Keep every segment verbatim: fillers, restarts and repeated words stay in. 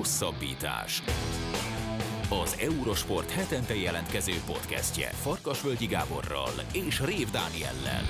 Hosszabbítás. Az Eurosport hetente jelentkező podcastje Farkasvölgyi Gáborral és Rév Dániellel.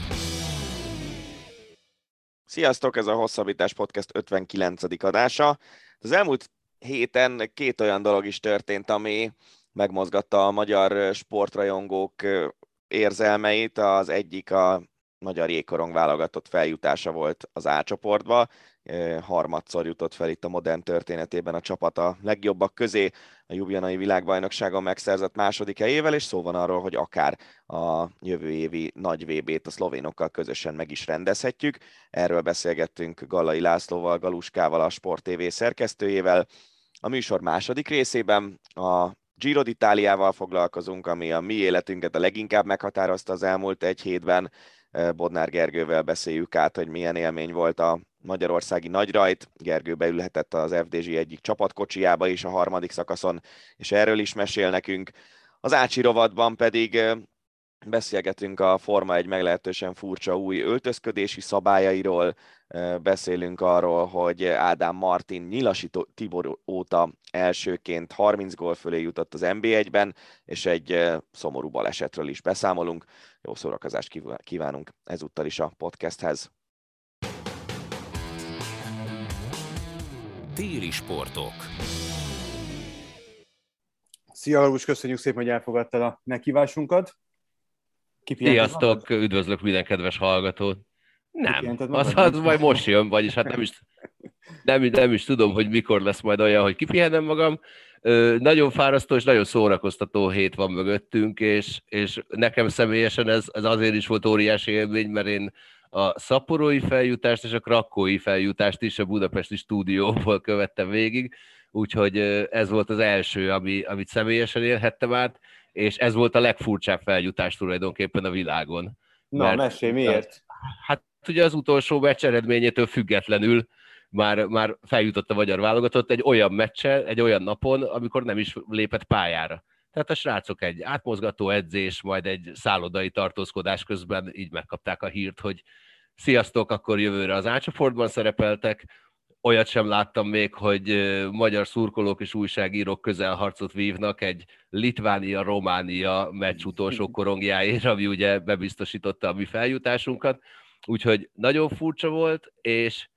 Sziasztok, ez a Hosszabbítás podcast ötvenkilencedik adása. Az elmúlt héten két olyan dolog is történt, ami megmozgatta a magyar sportrajongók érzelmeit. Az egyik a magyar jégkorong válogatott feljutása volt az A csoportba. Harmadszor jutott fel itt a modern történetében a csapat a legjobbak közé a Ljubljanai világbajnokságon megszerzett második helyével, és szó van arról, hogy akár a jövő évi nagy vé bét a szlovénokkal közösen meg is rendezhetjük. Erről beszélgettünk Gallai Lászlóval, Galuskával, a Sport té vé szerkesztőjével. A műsor második részében a Giro d'Italiával foglalkozunk, ami a mi életünket a leginkább meghatározta az elmúlt egy hétben. Bodnár Gergővel beszéljük át, hogy milyen élmény volt a magyarországi nagyrajt. Gergő beülhetett az ef dé zé egyik csapatkocsijába is a harmadik szakaszon, és erről is mesél nekünk. Az Ácsi rovatban pedig beszélgetünk a Forma egy meglehetősen furcsa új öltözködési szabályairól, beszélünk arról, hogy Ádám Martin Nyilasi Tibor óta elsőként harminc gól fölé jutott az en bé egyben, és egy szomorú balesetről is beszámolunk. Jó szórakozást kívánunk ezúttal is a podcasthez. Téli sportok. Szia, Alus, köszönjük szépen, hogy elfogadtad a meghívásunkat. Sziasztok, üdvözlök minden kedves hallgatót. Nem, az, az majd most jön, vagyis hát nem is, nem, nem is tudom, hogy mikor lesz majd olyan, hogy kipihenem magam. Ö, nagyon fárasztó és nagyon szórakoztató hét van mögöttünk, és, és nekem személyesen ez, ez azért is volt óriási élmény, mert én a szaporói feljutást és a krakói feljutást is a budapesti stúdióból követtem végig, úgyhogy ez volt az első, ami, amit személyesen élhettem át, és ez volt a legfurcsább feljutás tulajdonképpen a világon. Na, mert, mesélj, miért? Hát ugye az utolsó meccs eredményétől függetlenül már, már feljutott a magyar válogatott egy olyan meccsel, egy olyan napon, amikor nem is lépett pályára. Tehát a srácok egy átmozgató edzés, majd egy szállodai tartózkodás közben így megkapták a hírt, hogy sziasztok, akkor jövőre az A csoportban szerepeltek. Olyat sem láttam még, hogy magyar szurkolók és újságírók közelharcot vívnak egy Litvánia-Románia meccs utolsó korongjáért, ami ugye bebiztosította a mi feljutásunkat. Úgyhogy nagyon furcsa volt, és,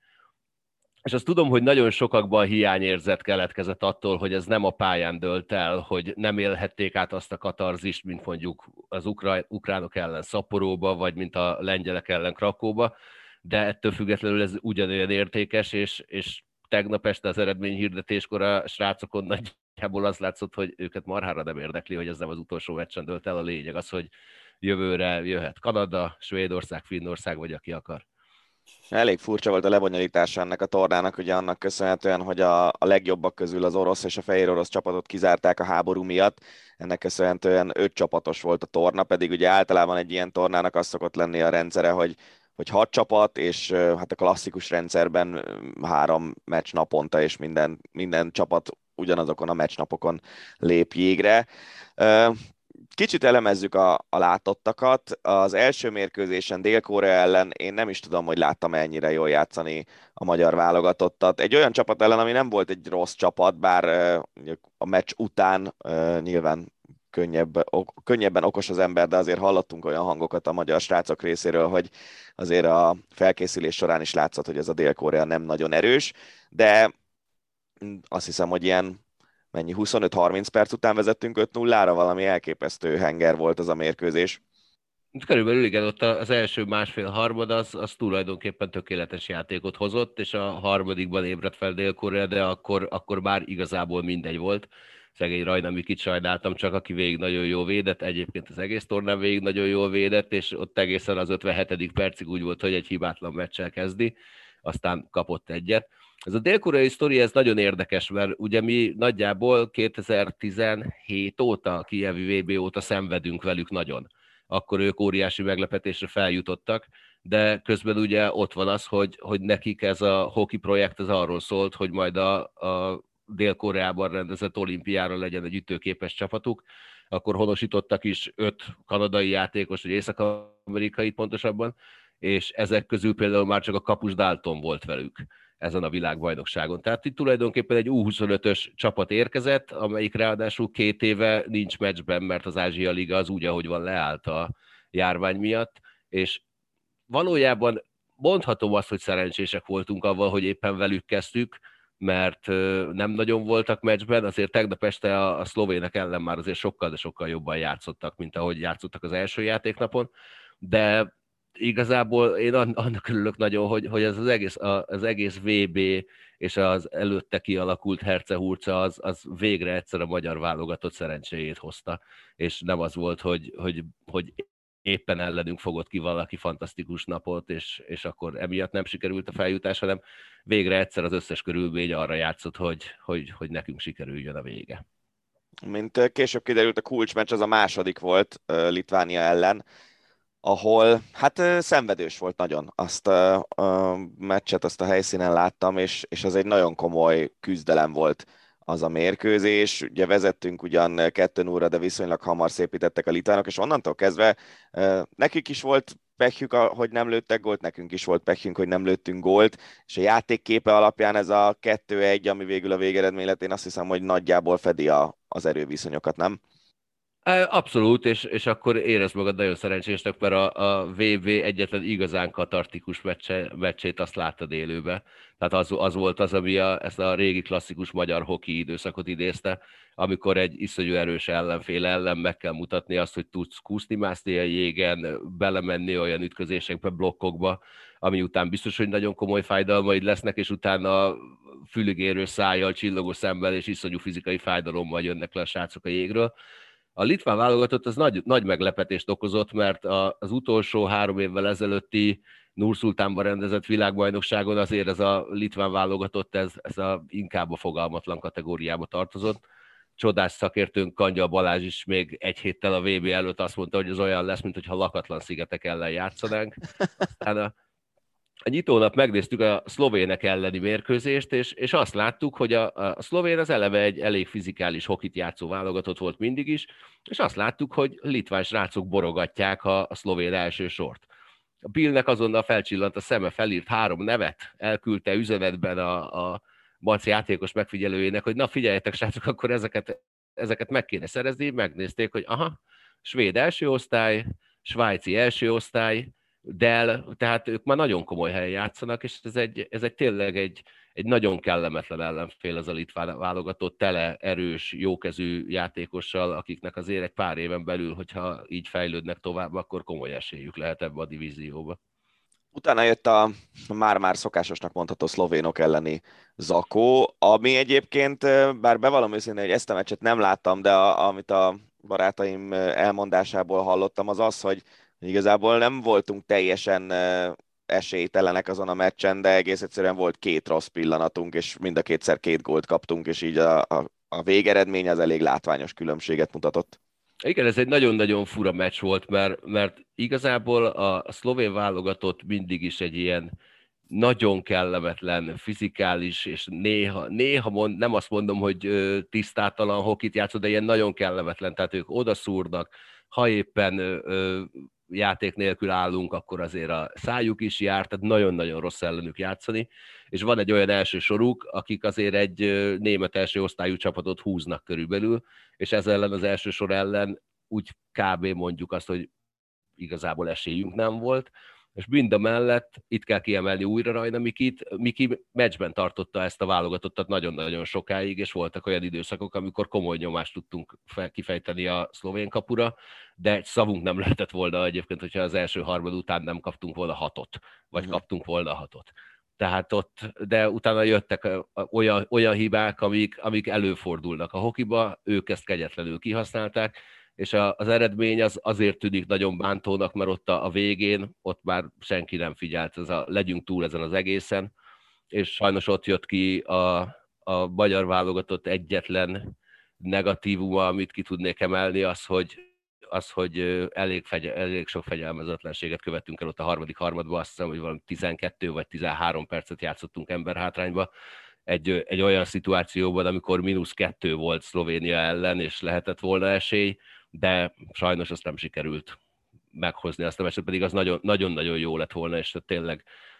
és azt tudom, hogy nagyon sokakban hiányérzet keletkezett attól, hogy ez nem a pályán dőlt el, hogy nem élhették át azt a katarzist, mint mondjuk az ukra- ukránok ellen Szaporóba, vagy mint a lengyelek ellen Krakóba, de ettől függetlenül ez ugyanolyan értékes, és, és tegnap este az eredményhirdetéskor a srácokon nagyjából az látszott, hogy őket marhára nem érdekli, hogy ez nem az utolsó meccsen dőlt el. A lényeg az, hogy jövőre jöhet Kanada, Svédország, Finnország, vagy aki akar. Elég furcsa volt a lebonyolítása ennek a tornának, ugye annak köszönhetően, hogy a, a legjobbak közül az orosz és a fehér orosz csapatot kizárták a háború miatt. Ennek köszönhetően öt csapatos volt a torna, pedig ugye általában egy ilyen tornának az szokott lenni a rendszere, hogy hogy hat csapat, és hát a klasszikus rendszerben három meccs naponta, és minden, minden csapat ugyanazokon a meccsnapokon lép jégre. Kicsit elemezzük a, a látottakat. Az első mérkőzésen Dél-Korea ellen én nem is tudom, hogy láttam ennyire jól játszani a magyar válogatottat. Egy olyan csapat ellen, ami nem volt egy rossz csapat, bár a meccs után nyilván Könnyebb, ok, könnyebben okos az ember, de azért hallottunk olyan hangokat a magyar srácok részéről, hogy azért a felkészülés során is látszott, hogy ez a Dél-Korea nem nagyon erős, de azt hiszem, hogy ilyen mennyi huszonöt-harminc perc után vezettünk öt nullára, valami elképesztő henger volt az a mérkőzés. Körülbelül igen, ott az első másfél harmad az, az tulajdonképpen tökéletes játékot hozott, és a harmadikban ébredt fel Dél-Korea, de akkor, akkor már igazából mindegy volt. Szegény Rajna Mikit sajnáltam, csak aki végig nagyon jól védett, egyébként az egész tornán végig nagyon jól védett, és ott egészen az ötvenhetedik percig úgy volt, hogy egy hibátlan meccsel kezdi, aztán kapott egyet. Ez a dél-koreai sztori, ez nagyon érdekes, mert ugye mi nagyjából kétezer-tizenhét óta, a kijevi vé bé óta szenvedünk velük nagyon. Akkor ők óriási meglepetésre feljutottak, de közben ugye ott van az, hogy, hogy nekik ez a hoki projekt az arról szólt, hogy majd a, a Dél-Koreában rendezett olimpiára legyen egy ütőképes csapatuk, akkor honosítottak is öt kanadai játékos, vagy észak-amerikai pontosabban, és ezek közül például már csak a kapus Dalton volt velük. ezen a világbajnokságon. Tehát itt tulajdonképpen egy U huszonötös csapat érkezett, amelyik ráadásul két éve nincs meccsben, mert az Ázsia Liga az úgy, ahogy van, leállt a járvány miatt, és valójában mondhatom azt, hogy szerencsések voltunk avval, hogy éppen velük kezdtük, mert nem nagyon voltak meccsben, azért tegnap este a, a szlovének ellen már azért sokkal, de sokkal jobban játszottak, mint ahogy játszottak az első játéknapon, de igazából én annak örülök nagyon, hogy, hogy ez az egész, az egész vé bé és az előtte kialakult herce-hurca az, az végre egyszer a magyar válogatott szerencséjét hozta, és nem az volt, hogy, hogy, hogy éppen ellenünk fogott ki valaki fantasztikus napot, és, és akkor emiatt nem sikerült a feljutás, hanem végre egyszer az összes körülmény arra játszott, hogy, hogy, hogy nekünk sikerüljön a vége. Mint később kiderült, a kulcsmeccs az a második volt Litvánia ellen, ahol hát szenvedős volt nagyon. Azt a, a meccset, azt a helyszínen láttam, és, és az egy nagyon komoly küzdelem volt az a mérkőzés. Ugye vezettünk ugyan kettő nullra, de viszonylag hamar szépítettek a litvánok, és onnantól kezdve nekik is volt pehjük, hogy nem lőttek gólt, nekünk is volt pehjünk, hogy nem lőttünk gólt, és a játékképe alapján ez a kettő egy, ami végül a végeredmény lett, én azt hiszem, hogy nagyjából fedi a, az erőviszonyokat, nem? Abszolút, és, és akkor érezd magad nagyon szerencsésnek, mert a, a vé bé egyetlen igazán katartikus meccse, meccsét azt láttad élőbe. Tehát az, az volt az, ami a, ezt a régi klasszikus magyar hoki időszakot idézte, amikor egy iszonyú erős ellenfél ellen meg kell mutatni azt, hogy tudsz kúszni-mászni a jégen, belemenni olyan ütközésekbe, blokkokba, ami után biztos, hogy nagyon komoly fájdalmaid lesznek, és utána füligérő szájjal, csillogó szemmel és iszonyú fizikai fájdalommal jönnek le a srácok a jégről. A litván válogatott az nagy, nagy meglepetést okozott, mert az utolsó három évvel ezelőtti Nur-Szultánban rendezett világbajnokságon azért ez a litván válogatott, ez, ez a inkább a fogalmatlan kategóriába tartozott. Csodás szakértőnk Kangyal Balázs is még egy héttel a vé bé előtt azt mondta, hogy az olyan lesz, mintha lakatlan szigetek ellen játszanánk. Aztán a A nyitónap megnéztük a szlovének elleni mérkőzést, és, és azt láttuk, hogy a, a szlovén az eleve egy elég fizikális hokit játszó válogatott volt mindig is, és azt láttuk, hogy litván srácok borogatják a, a szlovén első sort. A Billnek azonnal felcsillant a szeme, felírt három nevet, elküldte üzenetben a, a Maci játékos megfigyelőjének, hogy na figyeljetek srácok, akkor ezeket, ezeket meg kéne szerezni, megnézték, hogy aha, svéd első osztály, svájci első osztály, Dell, tehát ők már nagyon komoly helyen játszanak, és ez egy, ez egy tényleg egy, egy nagyon kellemetlen ellenfél az a litván válogatott, tele erős, jókezű játékossal, akiknek azért egy pár éven belül, hogyha így fejlődnek tovább, akkor komoly esélyük lehet ebbe a divízióba. Utána jött a már-már szokásosnak mondható szlovénok elleni zakó, ami egyébként, bár bevallom őszintén, hogy ezt a meccset nem láttam, de a, amit a barátaim elmondásából hallottam, az az, hogy igazából nem voltunk teljesen esélytelenek azon a meccsen, de egész egyszerűen volt két rossz pillanatunk, és mind a kétszer két gólt kaptunk, és így a, a, a végeredmény az elég látványos különbséget mutatott. Igen, ez egy nagyon-nagyon fura meccs volt, mert, mert igazából a, a szlovén válogatott mindig is egy ilyen nagyon kellemetlen, fizikális, és néha, néha mond, nem azt mondom, hogy tisztátalan hokit játszott, de ilyen nagyon kellemetlen, tehát ők odaszúrnak, ha éppen ö, játék nélkül állunk, akkor azért a szájuk is jár, tehát nagyon-nagyon rossz ellenük játszani, és van egy olyan első soruk, akik azért egy német első osztályú csapatot húznak körülbelül, és ez ellen az első sor ellen úgy kb. Mondjuk azt, hogy igazából esélyünk nem volt, és mind a mellett itt kell kiemelni újra Rajna Mikit. Miki meccsben tartotta ezt a válogatottat nagyon-nagyon sokáig, és voltak olyan időszakok, amikor komoly nyomást tudtunk kifejteni a szlovén kapura, de egy szavunk nem lehetett volna egyébként, hogyha az első harmad után nem kaptunk volna hatot, vagy uh-huh. kaptunk volna hatot. Tehát ott, de utána jöttek olyan, olyan hibák, amik, amik előfordulnak a hokiba, ők ezt kegyetlenül kihasználták, és az eredmény az azért tűnik nagyon bántónak, mert ott a végén, ott már senki nem figyelt, ez a, legyünk túl ezen az egészen, és sajnos ott jött ki a, a magyar válogatott egyetlen negatívuma, amit ki tudnék emelni, az, hogy, az, hogy elég, fegy, elég sok fegyelmezetlenséget követtünk el ott a harmadik harmadban, azt hiszem, hogy valami tizenkét vagy tizenhárom percet játszottunk emberhátrányba, egy, egy olyan szituációban, amikor mínusz kettő volt Szlovénia ellen, és lehetett volna esély, de sajnos azt nem sikerült meghozni azt a meccset, pedig az nagyon-nagyon jó lett volna, és tényleg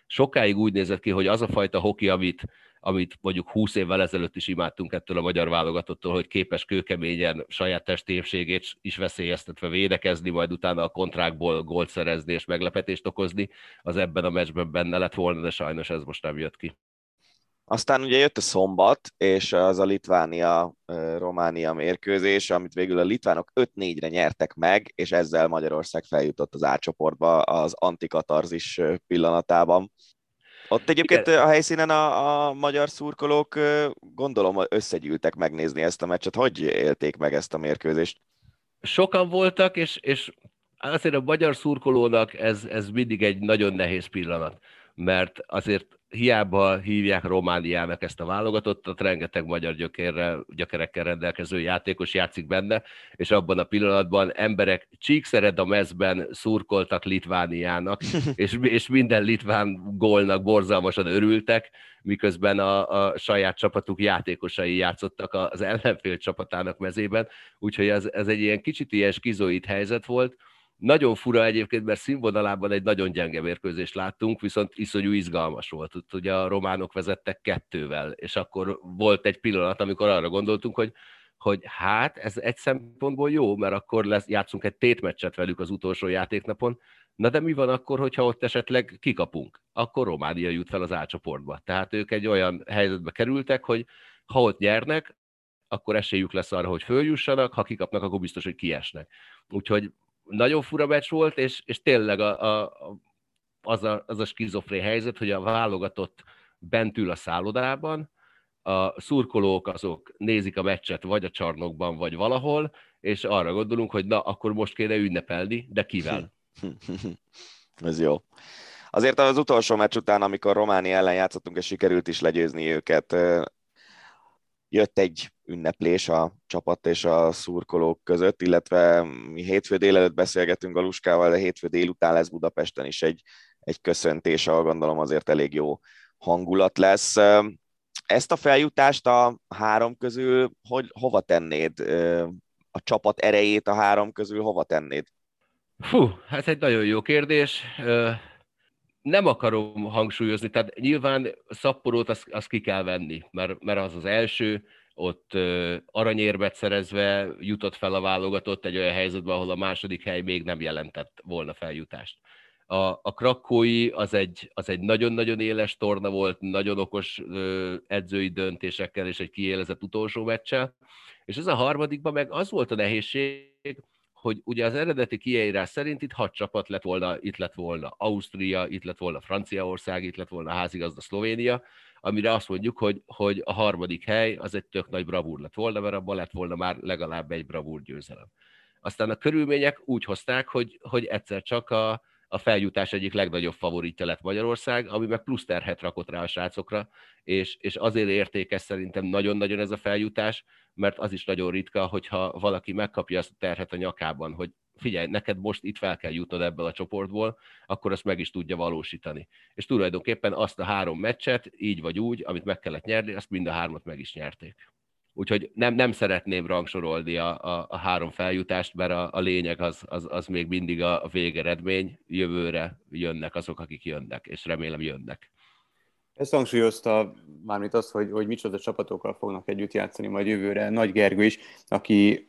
sokáig úgy nézett ki, hogy az a fajta hoki, amit, amit mondjuk húsz évvel ezelőtt is imádtunk ettől a magyar válogatottól, hogy képes kőkeményen saját testépségét is veszélyeztetve védekezni, majd utána a kontrákból gólt szerezni és meglepetést okozni, az ebben a meccsben benne lett volna, de sajnos ez most nem jött ki. Aztán ugye jött a szombat, és az a Litvánia-Románia mérkőzés, amit végül a litvánok öt négyre nyertek meg, és ezzel Magyarország feljutott az A csoportba az antikatarzis pillanatában. Ott egyébként a helyszínen a, a magyar szurkolók gondolom összegyűltek megnézni ezt a meccset. Hogy élték meg ezt a mérkőzést? Sokan voltak, és, és azért a magyar szurkolónak ez, ez mindig egy nagyon nehéz pillanat, mert azért hiába hívják Romániának ezt a válogatottat, rengeteg magyar gyökérrel, gyökerekkel rendelkező játékos játszik benne, és abban a pillanatban emberek csíkszered a mezben szurkoltak Litvániának, és, és minden litván gólnak borzalmasan örültek, miközben a, a saját csapatuk játékosai játszottak az ellenfél csapatának mezében, úgyhogy ez, ez egy ilyen kicsit ilyen skizoid helyzet volt. Nagyon fura egyébként, mert színvonalában egy nagyon gyenge mérkőzést láttunk, viszont iszonyú izgalmas volt. Ugye a románok vezettek kettővel, és akkor volt egy pillanat, amikor arra gondoltunk, hogy, hogy hát ez egy szempontból jó, mert akkor lesz, játszunk egy tétmeccset velük az utolsó játéknapon. Na de mi van akkor, hogyha ott esetleg kikapunk? Akkor Románia jut fel az A csoportba. Tehát ők egy olyan helyzetbe kerültek, hogy ha ott nyernek, akkor esélyük lesz arra, hogy följussanak, ha kikapnak, akkor biztos, hogy kiesnek. Úgyhogy nagyon fura meccs volt, és, és tényleg a, a, az, a, az a skizofrén helyzet, hogy a válogatott bent ül a szállodában, a szurkolók azok nézik a meccset vagy a csarnokban, vagy valahol, és arra gondolunk, hogy na, akkor most kéne ünnepelni, de kivel? Ez jó. Azért az utolsó meccs után, amikor Románia ellen játszottunk, és sikerült is legyőzni őket, jött egy ünneplés a csapat és a szurkolók között, illetve mi hétfő délelőtt beszélgetünk a Luskával, de hétfő délután lesz Budapesten is egy, egy köszöntés, ahol gondolom azért elég jó hangulat lesz. Ezt a feljutást a három közül hogy, hova tennéd? A csapat erejét a három közül hova tennéd? Fú, ez egy nagyon jó kérdés. Nem akarom hangsúlyozni, tehát nyilván Szapporót azt, azt ki kell venni, mert, mert az az első, ott aranyérmet szerezve jutott fel a válogatott egy olyan helyzetben, ahol a második hely még nem jelentett volna feljutást. A, a krakói az egy, az egy nagyon-nagyon éles torna volt, nagyon okos edzői döntésekkel és egy kiélezett utolsó meccsel, és ez a harmadikban meg az volt a nehézség, hogy ugye az eredeti kiírás szerint itt hat csapat lett volna, itt lett volna Ausztria, itt lett volna Franciaország, itt lett volna házigazda Szlovénia, amire azt mondjuk, hogy, hogy a harmadik hely az egy tök nagy bravúr lett volna, mert abban lett volna már legalább egy bravúr győzelem. Aztán a körülmények úgy hozták, hogy, hogy egyszer csak a, a feljutás egyik legnagyobb favoritja lett Magyarország, ami meg plusz terhet rakott rá a srácokra, és, és azért értékes szerintem nagyon-nagyon ez a feljutás, mert az is nagyon ritka, hogyha valaki megkapja ezt a terhet a nyakában, hogy figyelj, neked most itt fel kell jutnod ebből a csoportból, akkor azt meg is tudja valósítani. És tulajdonképpen azt a három meccset, így vagy úgy, amit meg kellett nyerni, azt mind a hármat meg is nyerték. Úgyhogy nem, nem szeretném rangsorolni a, a, a három feljutást, mert a, a lényeg az, az, az még mindig a, a végeredmény, jövőre jönnek azok, akik jönnek, és remélem jönnek. Ezt hangsúlyozta mármint az, hogy, hogy micsoda csapatokkal fognak együtt játszani majd jövőre Nagy Gergő is, aki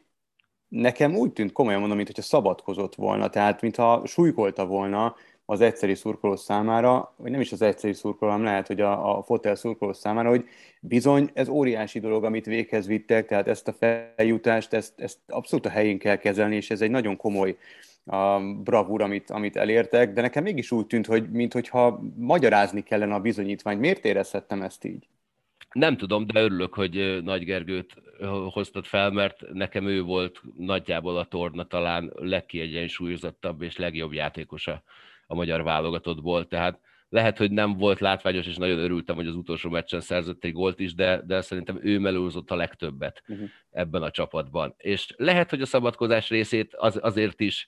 nekem úgy tűnt, komolyan mondom, mintha szabadkozott volna, tehát mintha súlykolta volna az egyszeri szurkoló számára, vagy nem is az egyszeri szurkoló, hanem lehet, hogy a, a fotel szurkoló számára, hogy bizony ez óriási dolog, amit véghez vittek, tehát ezt a feljutást, ezt, ezt abszolút a helyén kell kezelni, és ez egy nagyon komoly a bravúr, amit, amit elértek, de nekem mégis úgy tűnt, hogy minthogyha magyarázni kellene a bizonyítványt. Miért érezhettem ezt így? Nem tudom, de örülök, hogy Nagy Gergőt hoztad fel, mert nekem ő volt nagyjából a torna talán legkiegyensúlyozottabb és legjobb játékosa a magyar válogatottból, tehát lehet, hogy nem volt látványos, és nagyon örültem, hogy az utolsó meccsen szerzett egy gólt is, de, de szerintem ő melózott a legtöbbet uh-huh. ebben a csapatban. És lehet, hogy a szabadkozás részét az, azért is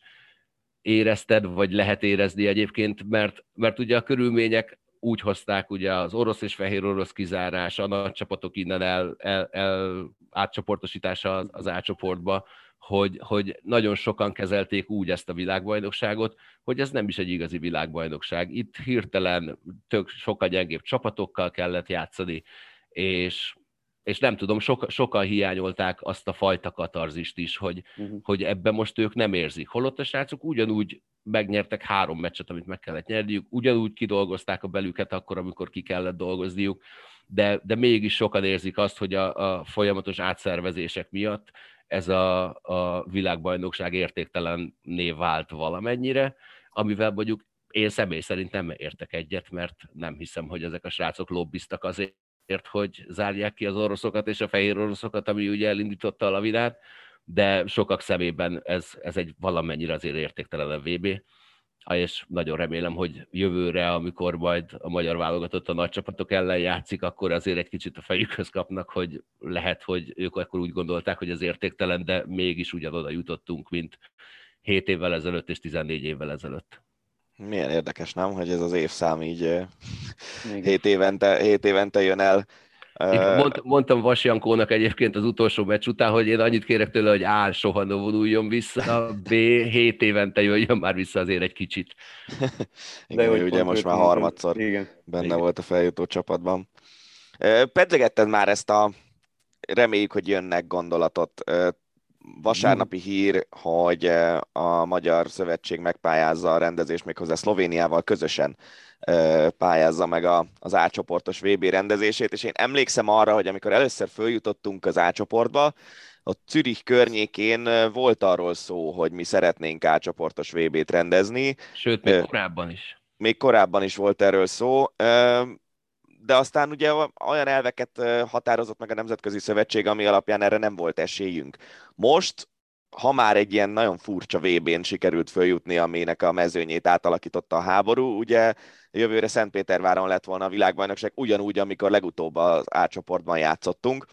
érezted, vagy lehet érezni egyébként, mert, mert ugye a körülmények úgy hozták, ugye az orosz és fehér orosz kizárása, a nagy csapatok innen el, el, el átcsoportosítása az, az A csoportba, hogy, hogy nagyon sokan kezelték úgy ezt a világbajnokságot, hogy ez nem is egy igazi világbajnokság. Itt hirtelen tök sokkal gyengébb csapatokkal kellett játszani, és, és nem tudom, soka, sokan hiányolták azt a fajta katarzist is, hogy, uh-huh. hogy ebben most ők nem érzik. Holott a srácok ugyanúgy megnyertek három meccset, amit meg kellett nyerniük, ugyanúgy kidolgozták a belüket akkor, amikor ki kellett dolgozniuk, de, de mégis sokan érzik azt, hogy a, a folyamatos átszervezések miatt ez a, a világbajnokság értéktelenné vált valamennyire, amivel mondjuk én személy szerint nem értek egyet, mert nem hiszem, hogy ezek a srácok lobbiztak azért, hogy zárják ki az oroszokat és a fehér oroszokat, ami ugye elindította a lavinát, de sokak szemében ez, ez egy valamennyire azért értéktelenebb vé bé, és nagyon remélem, hogy jövőre, amikor majd a magyar válogatott a nagy csapatok ellen játszik, akkor azért egy kicsit a fejükhöz kapnak, hogy lehet, hogy ők akkor úgy gondolták, hogy ez értéktelen, de mégis ugyanoda jutottunk, mint hét évvel ezelőtt és tizennégy évvel ezelőtt. Milyen érdekes, nem? Hogy ez az évszám így hét évente, hét évente jön el. Mond, mondtam Vas Jankónak egyébként az utolsó meccs után, hogy én annyit kérek tőle, hogy A. soha ne vonuljon vissza, B. hét évente jöjjön már vissza azért egy kicsit. Igen, de ugye most már harmadszor igen. benne igen. volt a feljutó csapatban. Pedzegetted már ezt a reméljük, hogy jönnek gondolatot. Vasárnapi hír, hogy a Magyar Szövetség megpályázza a rendezést, méghozzá Szlovéniával közösen pályázza meg az A csoportos vé bé rendezését, és én emlékszem arra, hogy amikor először följutottunk az A csoportba, ott Zürich környékén volt arról szó, hogy mi szeretnénk A csoportos vé bét rendezni. Sőt, még korábban is. Még korábban is volt erről szó, de aztán ugye olyan elveket határozott meg a Nemzetközi Szövetség, ami alapján erre nem volt esélyünk. Most, ha már egy ilyen nagyon furcsa vé bén sikerült följutni, aminek a mezőnyét átalakította a háború, ugye jövőre Szentpéterváron lett volna a világbajnokság, ugyanúgy, amikor legutóbb az A csoportban játszottunk,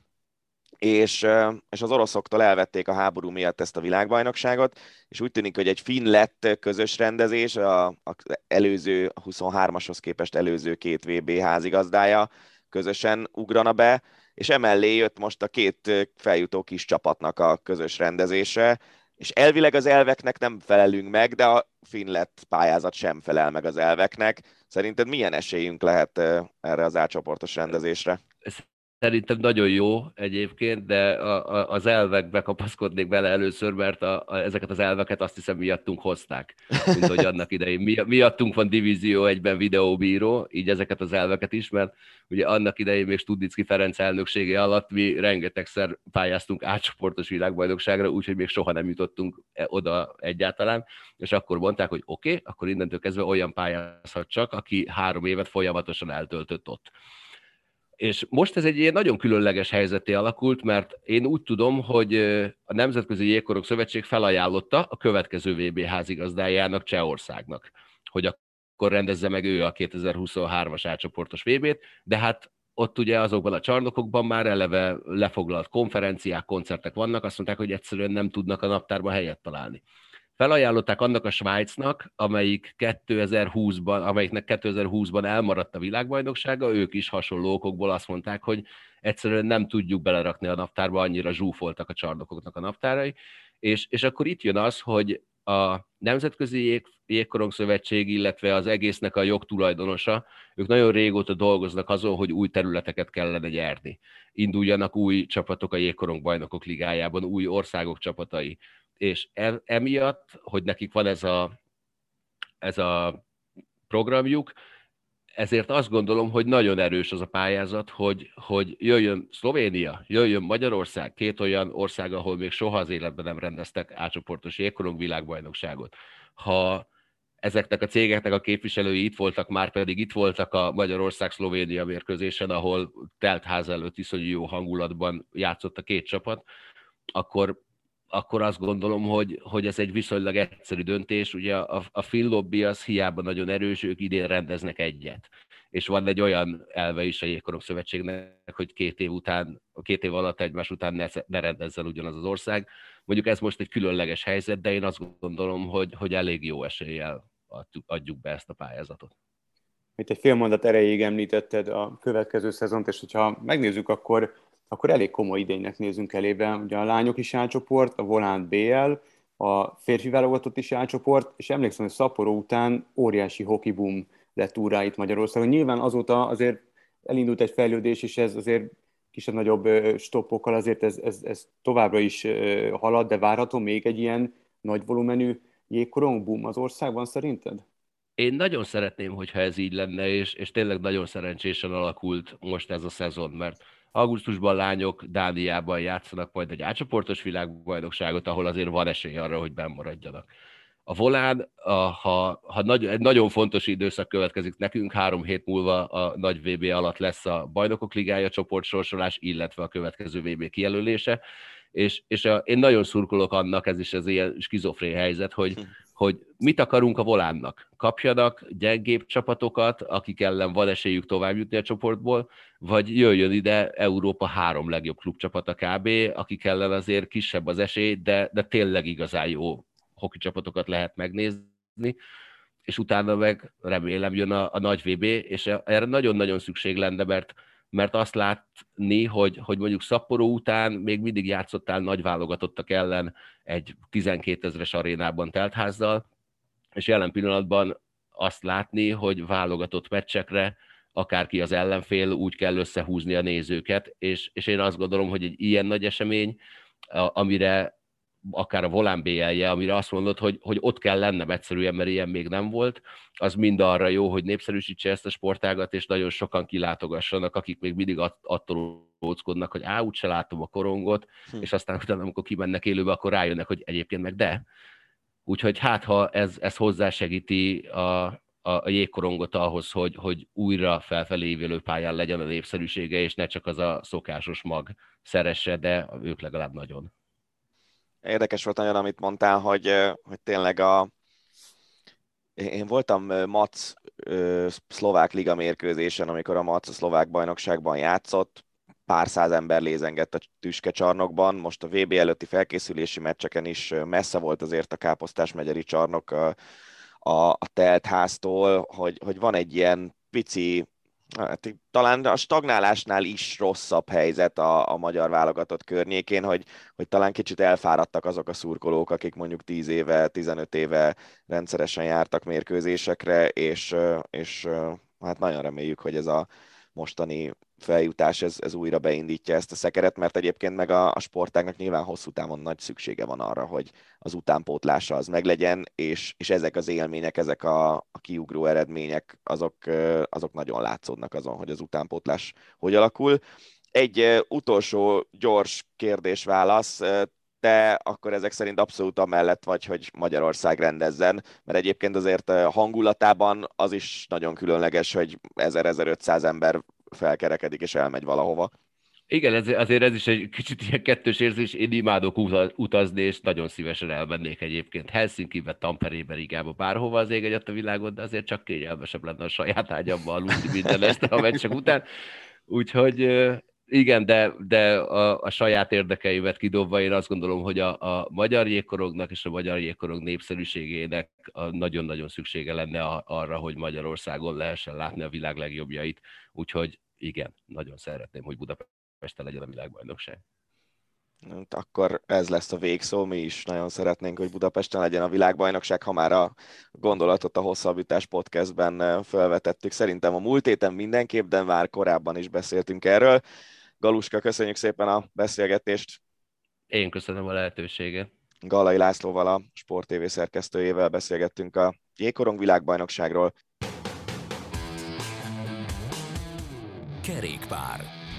és, és az oroszoktól elvették a háború miatt ezt a világbajnokságot, és úgy tűnik, hogy egy finn-lett közös rendezés, az előző huszonhármashoz képest előző két vé bé házigazdája közösen ugrana be, és emellé jött most a két feljutó kis csapatnak a közös rendezése, és elvileg az elveknek nem felelünk meg, de a finn-lett pályázat sem felel meg az elveknek. Szerinted milyen esélyünk lehet erre az A csoportos rendezésre? Szerintem nagyon jó egyébként, de a, a, az elvekbe kapaszkodnék bele először, mert a, a, ezeket az elveket azt hiszem miattunk hozták, mint hogy annak idején. Mi, miattunk van Divízió egyben videóbíró, így ezeket az elveket is, mert ugye annak idején még Studnicki Ferenc elnöksége alatt mi rengetegszer pályáztunk átcsoportos világbajnokságra, úgyhogy még soha nem jutottunk oda egyáltalán, és akkor mondták, hogy oké, okay, akkor innentől kezdve olyan pályázhat csak, aki három évet folyamatosan eltöltött ott. És most ez egy ilyen nagyon különleges helyzeté alakult, mert én úgy tudom, hogy a Nemzetközi Jégkorong Szövetség felajánlotta a következő vé bé házigazdájának, Csehországnak, hogy akkor rendezze meg ő a kétezer-huszonhármas A csoportos vé bét, de hát ott ugye azokban a csarnokokban már eleve lefoglalt konferenciák, koncertek vannak, azt mondták, hogy egyszerűen nem tudnak a naptárban helyet találni. Felajánlották annak a Svájcnak, amelyik kétezer-húszban, amelyiknek kétezer-húszban elmaradt a világbajnoksága, ők is hasonló okokból azt mondták, hogy egyszerűen nem tudjuk belerakni a naptárba, annyira zsúfoltak a csarnokoknak a naptárai, és, és akkor itt jön az, hogy a Nemzetközi Jég, Jégkorong Szövetség, illetve az egésznek a jogtulajdonosa, ők nagyon régóta dolgoznak azon, hogy új területeket kellene nyerni. Induljanak új csapatok a Jégkorong Bajnokok Ligájában, új országok csapatai. És emiatt, hogy nekik van ez a, ez a programjuk, ezért azt gondolom, hogy nagyon erős az a pályázat, hogy, hogy jöjjön Szlovénia, jöjjön Magyarország, két olyan ország, ahol még soha az életben nem rendeztek A csoportos jégkorong világbajnokságot. Ha ezeknek a cégeknek a képviselői itt voltak, már pedig itt voltak a Magyarország-Szlovénia mérkőzésen, ahol telt ház előtt iszonyú jó hangulatban játszott a két csapat, akkor akkor azt gondolom, hogy, hogy ez egy viszonylag egyszerű döntés. Ugye a, a finn lobby az hiába nagyon erős, ők idén rendeznek egyet. És van egy olyan elve is a Jégkorong Szövetségnek, hogy két év után, két év alatt egymás után ne, ne rendezzen ugyanaz az ország. Mondjuk ez most egy különleges helyzet, de én azt gondolom, hogy, hogy elég jó eséllyel adjuk be ezt a pályázatot. Itt egy fél mondat erejéig említetted a következő szezont, és hogyha megnézzük, akkor akkor elég komoly idénynek nézünk elébe. Ugye a lányok is álcsoport, a Volán bé el, a férfi válogatott is álcsoport, és emlékszem, hogy Sapporo után óriási hoki boom lett úrrá itt Magyarországon. Nyilván azóta azért elindult egy fejlődés, és ez azért kisebb-nagyobb stoppokkal azért ez, ez, ez továbbra is halad, de várható még egy ilyen nagy volumenű jégkorong boom az országban szerinted? Én nagyon szeretném, hogyha ez így lenne, és, és tényleg nagyon szerencsésen alakult most ez a szezon, mert augusztusban lányok Dániában játszanak majd egy átcsoportos világbajnokságot, ahol azért van esély arra, hogy benn maradjanak. A Volán, a, ha, ha nagy, egy nagyon fontos időszak következik nekünk, három hét múlva a nagy vé bé alatt lesz a Bajnokok Ligája csoportsorsolás, illetve a következő vé bé kijelölése, és, és a, én nagyon szurkolok annak, ez is az ilyen skizofrén helyzet, hogy, hogy mit akarunk a Volánnak. Kapjanak gyengébb csapatokat, akik ellen van esélyük tovább jutni a csoportból, vagy jöjjön ide Európa három legjobb klubcsapata kb., akik ellen azért kisebb az esély, de, de tényleg igazán jó hoki csapatokat lehet megnézni, és utána meg remélem jön a, a nagy vé bé, és erre nagyon-nagyon szükség lenne, mert, mert azt látni, hogy, hogy mondjuk Sapporo után még mindig játszottál nagy válogatottak ellen egy tizenkétezres arénában teltházzal, és jelen pillanatban azt látni, hogy válogatott meccsekre akárki az ellenfél, úgy kell összehúzni a nézőket, és, és én azt gondolom, hogy egy ilyen nagy esemény, amire akár a Volán bé el-je, amire azt mondod, hogy, hogy ott kell lennem egyszerűen, mert ilyen még nem volt, az mind arra jó, hogy népszerűsítse ezt a sportágat, és nagyon sokan kilátogassanak, akik még mindig att- attól óckodnak, hogy á, úgyse látom a korongot, hm. és aztán utána, amikor kimennek élőbe, akkor rájönnek, hogy egyébként meg de. Úgyhogy hát, ha ez, ez hozzásegíti a, a, a jégkorongot ahhoz, hogy, hogy újra felfelé ívelő pályán legyen a népszerűsége, és ne csak az a szokásos mag szeresse, de ők legalább nagyon. Érdekes volt nagyon, amit mondtál, hogy, hogy tényleg a... Én voltam Mac szlovák liga mérkőzésen, amikor a Mac a szlovák bajnokságban játszott, pár száz ember lézengett a tüskecsarnokban, most a vé bé előtti felkészülési meccseken is messze volt azért a Káposztás-megyeri csarnok a, a, a teltháztól, hogy, hogy van egy ilyen pici, hát, talán a stagnálásnál is rosszabb helyzet a, a magyar válogatott környékén, hogy, hogy talán kicsit elfáradtak azok a szurkolók, akik mondjuk tíz éve, tizenöt éve rendszeresen jártak mérkőzésekre, és, és hát nagyon reméljük, hogy ez a mostani feljutás, ez, ez újra beindítja ezt a szekeret, mert egyébként meg a, a sportágnak nyilván hosszú távon nagy szüksége van arra, hogy az utánpótlása az meglegyen, és, és ezek az élmények, ezek a, a kiugró eredmények, azok, azok nagyon látszódnak azon, hogy az utánpótlás hogy alakul. Egy utolsó gyors kérdés-válasz, te akkor ezek szerint abszolút amellett vagy, hogy Magyarország rendezzen, mert egyébként azért hangulatában az is nagyon különleges, hogy ezer-ezerötszáz ember felkerekedik és elmegy valahova. Igen, ez, azért ez is egy kicsit ilyen kettős érzés, én imádok utazni, és nagyon szívesen elmennék egyébként Helsinkibe, Tamperébe, Rigába, bárhova az ég egyet a világon, de azért csak kényelmesebb lenne a saját ágyamban aludni minden este a meccsek után. Úgyhogy igen, de, de a, a saját érdekeimet kidobva én azt gondolom, hogy a, a magyar jégkorongnak és a magyar jégkorong népszerűségének a nagyon-nagyon szüksége lenne a, arra, hogy Magyarországon lehessen látni a világ legjobbjait. Úgyhogy igen, nagyon szeretném, hogy Budapesten legyen a világbajnokság. Akkor ez lesz a végszó, mi is nagyon szeretnénk, hogy Budapesten legyen a világbajnokság, ha már a gondolatot a Hosszabbítás podcastben felvetettük. Szerintem a múlt héten mindenképp, de már korábban is beszéltünk erről. Galuska, köszönjük szépen a beszélgetést. Én köszönöm a lehetőséget. Gallai Lászlóval, a Sport té vé szerkesztőjével beszélgettünk a jégkorong világbajnokságról. Kerékpár.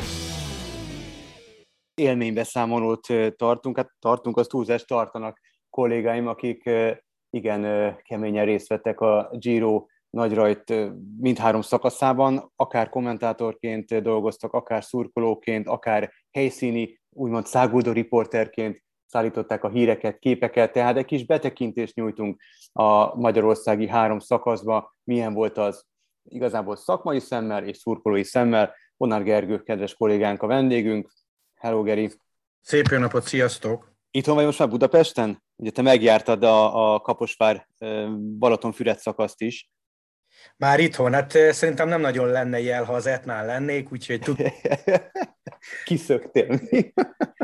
Élménybeszámolót tartunk, hát tartunk, az túlzást tartanak kollégáim, akik igen keményen részt vettek a Giro nagyrajt mindhárom szakaszában, akár kommentátorként dolgoztak, akár szurkolóként, akár helyszíni, úgymond száguldó riporterként szállították a híreket, képeket, tehát egy kis betekintést nyújtunk a magyarországi három szakaszba, milyen volt az igazából szakmai szemmel és szurkolói szemmel. Bonár Gergő, kedves kollégánk a vendégünk. Hello, Geri! Szép jó napot, sziasztok! Itthon vagy most már Budapesten? Ugye te megjártad a, a Kaposvár-Balatonfüred szakaszt is. Már itthon, hát szerintem nem nagyon lenne jel, ha az Etnán lennék, úgyhogy tud... Kiszöktél mi?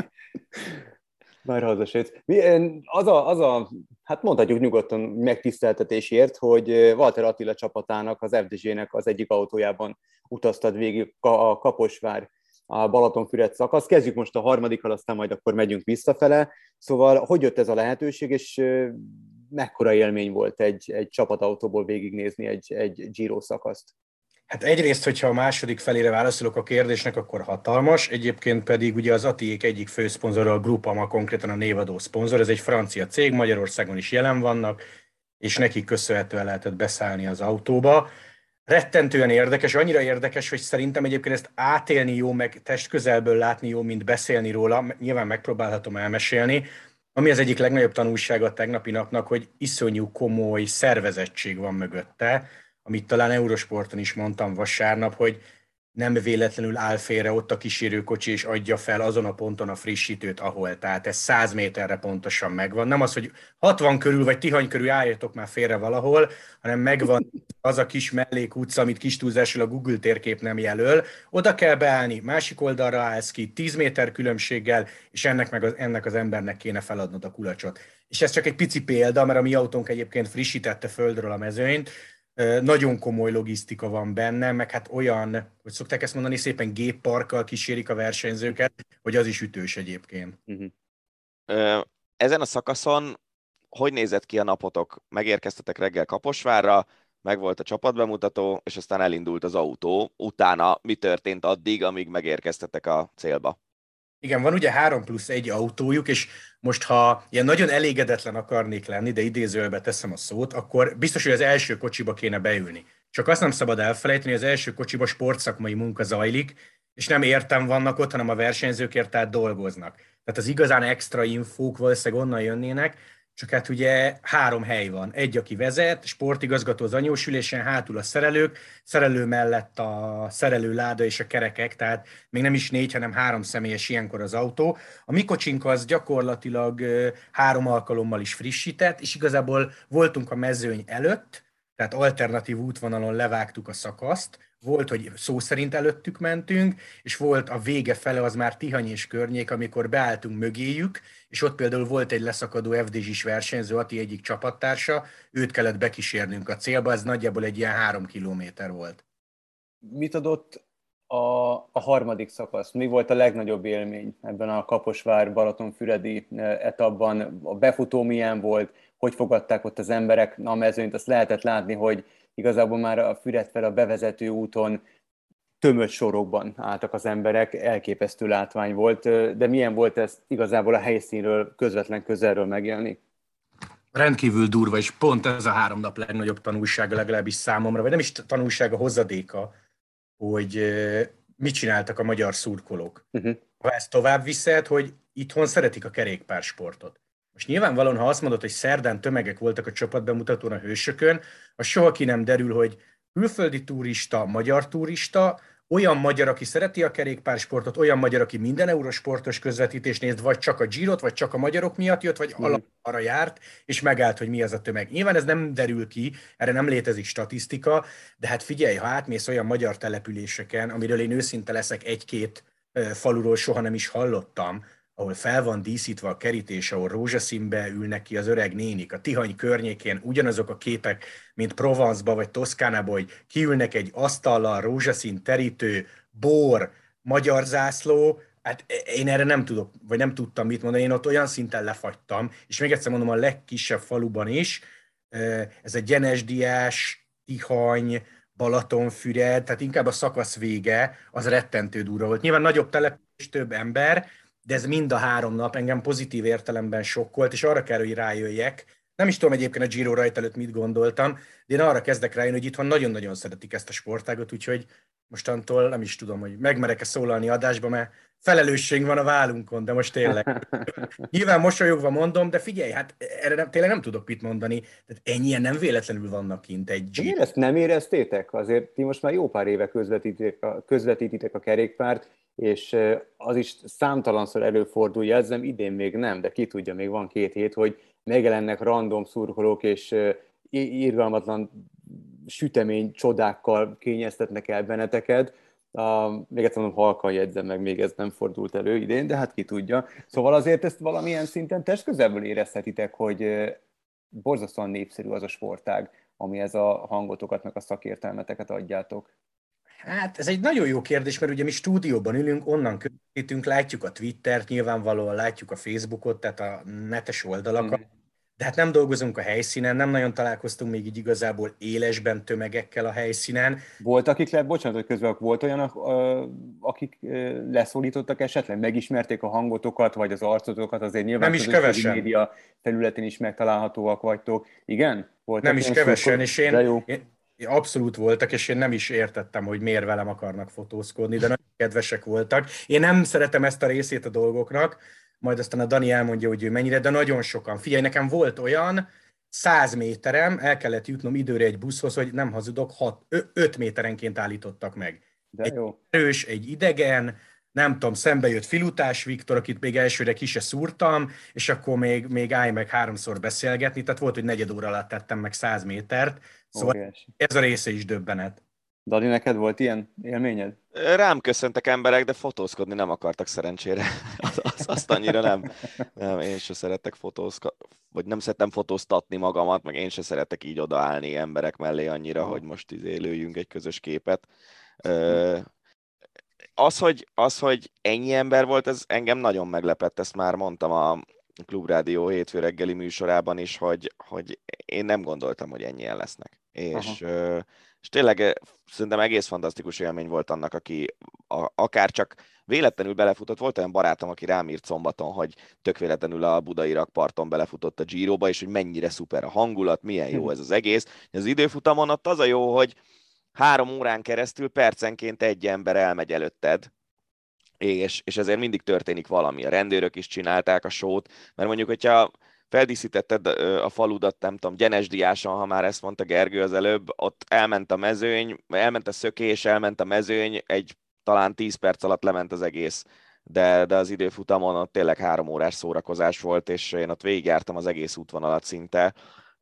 Már hazasétsz. Az a, az a, hát mondhatjuk nyugodtan megtiszteltetésért, hogy Walter Attila csapatának, az ef dé zé-nek az egyik autójában utaztad végig a Kaposvár, a Balatonfüred szakasz. Kezdjük most a harmadikkal, aztán majd akkor megyünk visszafele. Szóval hogy jött ez a lehetőség, és mekkora élmény volt egy, egy csapatautóból végignézni egy, egy Giro szakaszt? Hát egyrészt, hogyha a második felére válaszolok a kérdésnek, akkor hatalmas, egyébként pedig ugye az Attiék egyik főszponzora, a Groupama, konkrétan a névadó szponzor, ez egy francia cég, Magyarországon is jelen vannak, és nekik köszönhetően lehetett beszállni az autóba. Rettentően érdekes, annyira érdekes, hogy szerintem egyébként ezt átélni jó, meg testközelből látni jó, mint beszélni róla, nyilván megpróbálhatom elmesélni. Ami az egyik legnagyobb tanulsága a tegnapi napnak, hogy iszonyú komoly szervezettség van mögötte, amit talán Eurosporton is mondtam vasárnap, hogy nem véletlenül áll félre ott a kísérőkocsi, és adja fel azon a ponton a frissítőt, ahol. Tehát ez száz méterre pontosan megvan. Nem az, hogy hatvan körül, vagy Tihany körül álljatok már félre valahol, hanem megvan az a kis mellékutca, amit kis túlzással a Google térkép nem jelöl. Oda kell beállni, másik oldalra állsz ki, tíz méter különbséggel, és ennek, meg az, ennek az embernek kéne feladnod a kulacsot. És ez csak egy pici példa, mert a mi autónk egyébként frissítette földről a mezőnyt, nagyon komoly logisztika van benne, meg hát olyan, hogy szokták ezt mondani, szépen gépparkkal kísérik a versenyzőket, hogy az is ütős egyébként. Uh-huh. Ezen a szakaszon hogy nézett ki a napotok? Megérkeztetek reggel Kaposvárra, megvolt a csapatbemutató, és aztán elindult az autó. Utána mi történt addig, amíg megérkeztetek a célba? Igen, van ugye három plusz egy autójuk, és most ha ilyen nagyon elégedetlen akarnék lenni, de idézőjelbe teszem a szót, akkor biztos, hogy az első kocsiba kéne beülni. Csak azt nem szabad elfelejteni, hogy az első kocsiba sportszakmai munka zajlik, és nem értem vannak ott, hanem a versenyzőkért tehát dolgoznak. Tehát az igazán extra infók valószínűleg onnan jönnének, csak hát ugye három hely van. Egy, aki vezet, sportigazgató az anyósülésen, hátul a szerelők, szerelő mellett a szerelőláda és a kerekek, tehát még nem is négy, hanem három személyes ilyenkor az autó. A mi kocsink az gyakorlatilag három alkalommal is frissített, és igazából voltunk a mezőny előtt, tehát alternatív útvonalon levágtuk a szakaszt, volt, hogy szó szerint előttük mentünk, és volt a vége fele, az már Tihany és környék, amikor beálltunk mögéjük, és ott például volt egy leszakadó ef dé zés versenyző, Ati egyik csapattársa, őt kellett bekísérnünk a célba, ez nagyjából egy ilyen három kilométer volt. Mit adott a, a harmadik szakasz? Mi volt a legnagyobb élmény ebben a Kaposvár-Balatonfüredi etapban? A befutó milyen volt? Hogy fogadták ott az emberek a mezőnyt? Azt lehetett látni, hogy igazából már a Füred fel a bevezető úton tömött sorokban álltak az emberek, elképesztő látvány volt, de milyen volt ez igazából a helyszínről, közvetlen közelről megélni? Rendkívül durva, és pont ez a három nap legnagyobb tanulsága, legalábbis számomra, vagy nem is tanulsága, hozadéka, hogy mit csináltak a magyar szurkolók. Uh-huh. Ha ezt tovább viszed, hogy itthon szeretik a kerékpársportot. Most nyilvánvalóan, ha azt mondod, hogy szerdán tömegek voltak a csapatbemutatón a Hősökön, az soha ki nem derül, hogy külföldi turista, magyar turista, olyan magyar, aki szereti a kerékpársportot, olyan magyar, aki minden eurosportos közvetítést néz, vagy csak a Girot, vagy csak a magyarok miatt jött, vagy mm. arra járt, és megállt, hogy mi az a tömeg. Nyilván ez nem derül ki, erre nem létezik statisztika, de hát figyelj, ha átmész olyan magyar településeken, amiről én őszinte leszek, egy-két faluról soha nem is hallottam, ahol fel van díszítve a kerítés, ahol rózsaszínbe ülnek ki az öreg nénik, a Tihany környékén ugyanazok a képek, mint Provence-ba vagy Toszkánába, hogy kiülnek egy asztallal, rózsaszín terítő, bor, magyar zászló, hát én erre nem tudok, vagy nem tudtam mit mondani, én ott olyan szinten lefagytam, és még egyszer mondom, a legkisebb faluban is, ez a Gyenesdiás, Tihany, Balatonfüred, tehát inkább a szakasz vége, az rettentő durva volt. Nyilván nagyobb település, több ember, de ez mind a három nap engem pozitív értelemben sokkolt, és arra kell, hogy rájöjjek. Nem is tudom egyébként a Giro rajt előtt mit gondoltam, de én arra kezdek rájönni, hogy itthon nagyon-nagyon szeretik ezt a sportágot, úgyhogy mostantól nem is tudom, hogy megmerek-e szólalni adásba, mert felelősség van a vállunkon, de most tényleg. Nyilván mosolyogva mondom, de figyelj, hát erre nem, tényleg nem tudok mit mondani, tehát ennyien nem véletlenül vannak kint egy Giro. Miért ezt nem éreztétek? Azért ti most már jó pár éve közvetítitek a, közvetítitek a kerékpárt, és az is számtalanszor előfordul, jelzem, idén még nem, de ki tudja, még van két hét, hogy megjelennek random szurkolók, és irgalmatlan sütemény csodákkal kényeztetnek el benneteket. A, még egyszer mondom, halkan jegyzem meg, még ez nem fordult elő idén, de hát ki tudja. Szóval azért ezt valamilyen szinten testközelből érezhetitek, hogy borzasztóan népszerű az a sportág, ami ez a hangotokat, meg a szakértelmeteket adjátok. Hát ez egy nagyon jó kérdés, mert ugye mi stúdióban ülünk, onnan közvetítünk, látjuk a Twittert, nyilvánvalóan látjuk a Facebookot, tehát a netes oldalakat, mm. de hát nem dolgozunk a helyszínen, nem nagyon találkoztunk még így igazából élesben tömegekkel a helyszínen. Volt, akik le, bocsánat, hogy közben volt olyan, akik leszólítottak esetleg, megismerték a hangotokat, vagy az arcotokat, azért nyilván nem is kevesen. Média területén is megtalálhatóak vagytok. Igen? Voltak nem is kevesen, és én, én abszolút voltak, és én nem is értettem, hogy miért velem akarnak fotózkodni, de nagyon kedvesek voltak. Én nem szeretem ezt a részét a dolgoknak, majd aztán a Dani elmondja, hogy ő mennyire, de nagyon sokan. Figyelj, nekem volt olyan, száz méterem, el kellett jutnom időre egy buszhoz, hogy nem hazudok, öt méterenként állítottak meg. De egy jó. erős, egy idegen, nem tudom, szembe jött Filutás Viktor, akit még elsőre ki se szúrtam, és akkor még, még állj meg háromszor beszélgetni, tehát volt, hogy negyed óra alatt tettem meg száz métert, szóval óriási. Ez a része is döbbenet. Dani, neked volt ilyen élményed? Rám köszöntek emberek, de fotózkodni nem akartak szerencsére. Az, az, azt annyira nem. nem. Én se szeretek fotózkodni, vagy nem szeretem fotóztatni magamat, meg én se szeretek így odaállni emberek mellé annyira, hogy most élőjünk egy közös képet. Az hogy, az, hogy ennyi ember volt, ez engem nagyon meglepett, ezt már mondtam a Klubrádió hétfő reggeli műsorában is, hogy, hogy én nem gondoltam, hogy ennyien lesznek. És, és tényleg szerintem egész fantasztikus élmény volt annak, aki a, akár csak véletlenül belefutott. Volt olyan barátom, aki rám írt szombaton, hogy tök véletlenül a budai rakparton belefutott a Giroba, és hogy mennyire szuper a hangulat, milyen jó ez az egész. Az időfutamon ott az a jó, hogy három órán keresztül percenként egy ember elmegy előtted, és, és ezért mindig történik valami. A rendőrök is csinálták a sót, mert mondjuk, hogyha feldíszítetted a faludat, nem tudom, Gyenesdiáson, ha már ezt mondta Gergő az előbb, ott elment a mezőny, elment a szökés, elment a mezőny, egy talán tíz perc alatt lement az egész, de, de az időfutamon ott tényleg három órás szórakozás volt, és én ott végigjártam az egész útvonalat szinte.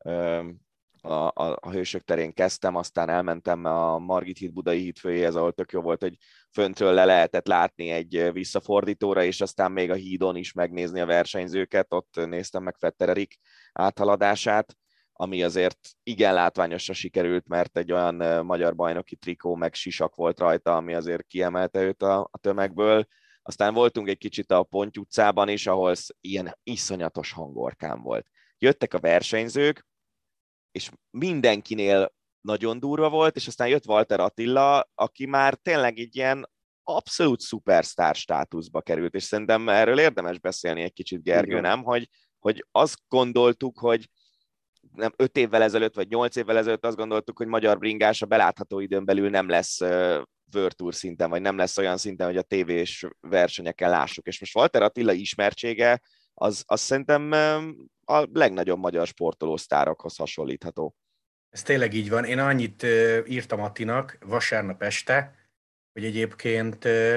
A, a, a Hősök terén kezdtem, aztán elmentem a Margit híd budai hídfőjéhez, ahol tök jó volt, hogy föntről le lehetett látni egy visszafordítóra, és aztán még a hídon is megnézni a versenyzőket, ott néztem meg Fetter Erik áthaladását, ami azért igen látványosra sikerült, mert egy olyan magyar bajnoki trikó meg sisak volt rajta, ami azért kiemelte őt a, a tömegből. Aztán voltunk egy kicsit a Ponty utcában is, ahol ilyen iszonyatos hangorkán volt. Jöttek a versenyzők, és mindenkinél nagyon durva volt, és aztán jött Walter Attila, aki már tényleg egy ilyen abszolút szupersztár státuszba került, és szerintem erről érdemes beszélni egy kicsit, Gergő, igen. nem? Hogy, hogy azt gondoltuk, hogy nem öt évvel ezelőtt, vagy nyolc évvel ezelőtt azt gondoltuk, hogy magyar bringás a belátható időn belül nem lesz uh, World Tour szinten, vagy nem lesz olyan szinten, hogy a tévés versenyeken lássuk. És most Walter Attila ismertsége, az, az szerintem a legnagyobb magyar sportolósztárokhoz hasonlítható. Ez tényleg így van. Én annyit uh, írtam Attinak vasárnap este, hogy egyébként uh,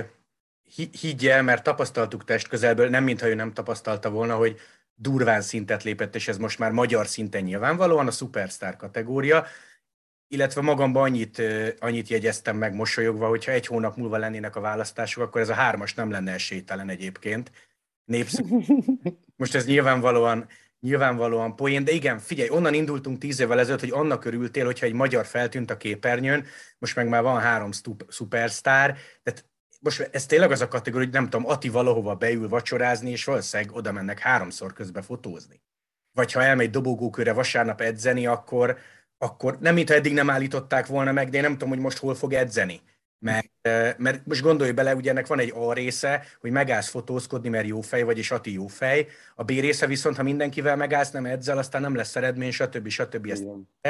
higgy el, mert tapasztaltuk testközelből, nem mintha ő nem tapasztalta volna, hogy durván szintet lépett, és ez most már magyar szinten nyilvánvalóan a szupersztár kategória, illetve magamban annyit, uh, annyit jegyeztem meg mosolyogva, hogyha egy hónap múlva lennének a választások, akkor ez a hármas nem lenne esélytelen egyébként. Népszerű. Most ez nyilvánvalóan, nyilvánvalóan poén, de igen, figyelj, onnan indultunk tíz évvel ezelőtt, hogy annak örültél, hogyha egy magyar feltűnt a képernyőn, most meg már van három szupersztár, tehát most ez tényleg az a kategória, hogy nem tudom, Ati valahova beül vacsorázni, és valószínűleg oda mennek háromszor közbe fotózni. Vagy ha elmegy dobogókőre vasárnap edzeni, akkor, akkor nem mintha eddig nem állították volna meg, de én nem tudom, hogy most hol fog edzeni. Mert, mert most gondolj bele, ugye ennek van egy A része, hogy megállsz fotózkodni, mert jó fej vagy, és Ati jó fej. A B része viszont, ha mindenkivel megállsz, nem edzel, aztán nem lesz eredmény, stb. stb. Ezt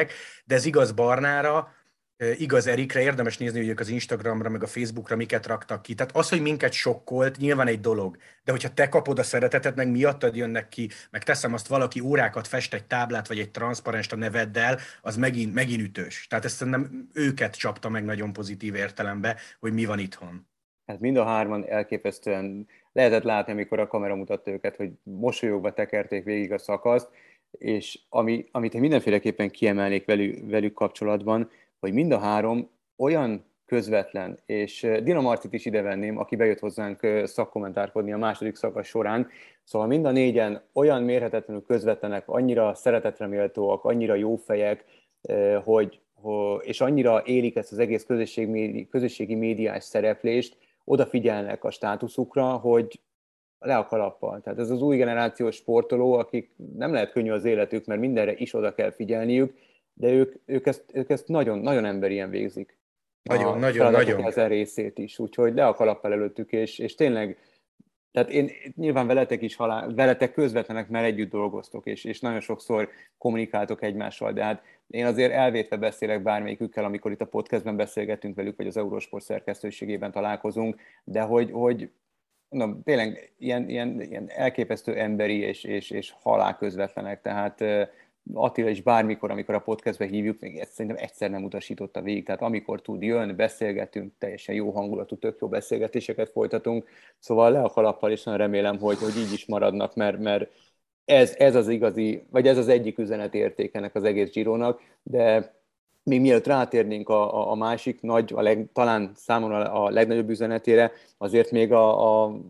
de ez igaz Barnára, igaz Erikre, érdemes nézni, hogy ők az Instagramra, meg a Facebookra miket raktak ki. Tehát az, hogy minket sokkolt, nyilván egy dolog. De hogyha te kapod a szeretetet, meg miattad jönnek ki, meg teszem azt, valaki órákat fest egy táblát, vagy egy transzparenst a neveddel, az megint, megint ütős. Tehát ezt szerintem őket csapta meg nagyon pozitív értelembe, hogy mi van itthon. Hát mind a hárman elképesztően lehetett látni, amikor a kamera mutatta őket, hogy mosolyogva tekerték végig a szakaszt, és ami, amit én mindenféleképpen kiemelnék velük, velük kapcsolatban, hogy mind a három olyan közvetlen, és Dina Marcit is ide venném, aki bejött hozzánk szakkommentárkodni a második szakasz során, szóval mind a négyen olyan mérhetetlenül közvetlenek, annyira szeretetre méltóak, annyira jó fejek, hogy, hogy, és annyira élik ezt az egész közösség, közösségi médiás szereplést, odafigyelnek a státuszukra, hogy le a kalappal. Tehát ez az új generációs sportoló, akik nem lehet könnyű az életük, mert mindenre is oda kell figyelniük, de ők, ők, ezt, ők ezt nagyon, nagyon emberien végzik. Nagyon, a nagyon, nagyon. Ezen részét is, úgyhogy le a kalappal előttük, és, és tényleg, tehát én nyilván veletek is halál, veletek közvetlenek, mert együtt dolgoztok, és, és nagyon sokszor kommunikáltok egymással, de hát én azért elvétve beszélek bármelyikükkel, amikor itt a podcastben beszélgetünk velük, vagy az Eurosport szerkesztőségében találkozunk, de hogy, hogy mondom, tényleg ilyen, ilyen, ilyen elképesztő emberi és, és, és halál közvetlenek, tehát Attila is bármikor, amikor a podcastbe hívjuk, még ezt szerintem egyszer nem utasította végig, tehát amikor tud, jön, beszélgetünk, teljesen jó hangulatú, tök jó beszélgetéseket folytatunk, szóval le a kalappal, és nagyon remélem, hogy, hogy így is maradnak, mert, mert ez, ez az igazi, vagy ez az egyik üzenet értékenek az egész Girónak, de még mielőtt rátérnénk a, a, a másik nagy, a leg, talán számomra a legnagyobb üzenetére, azért még a, a,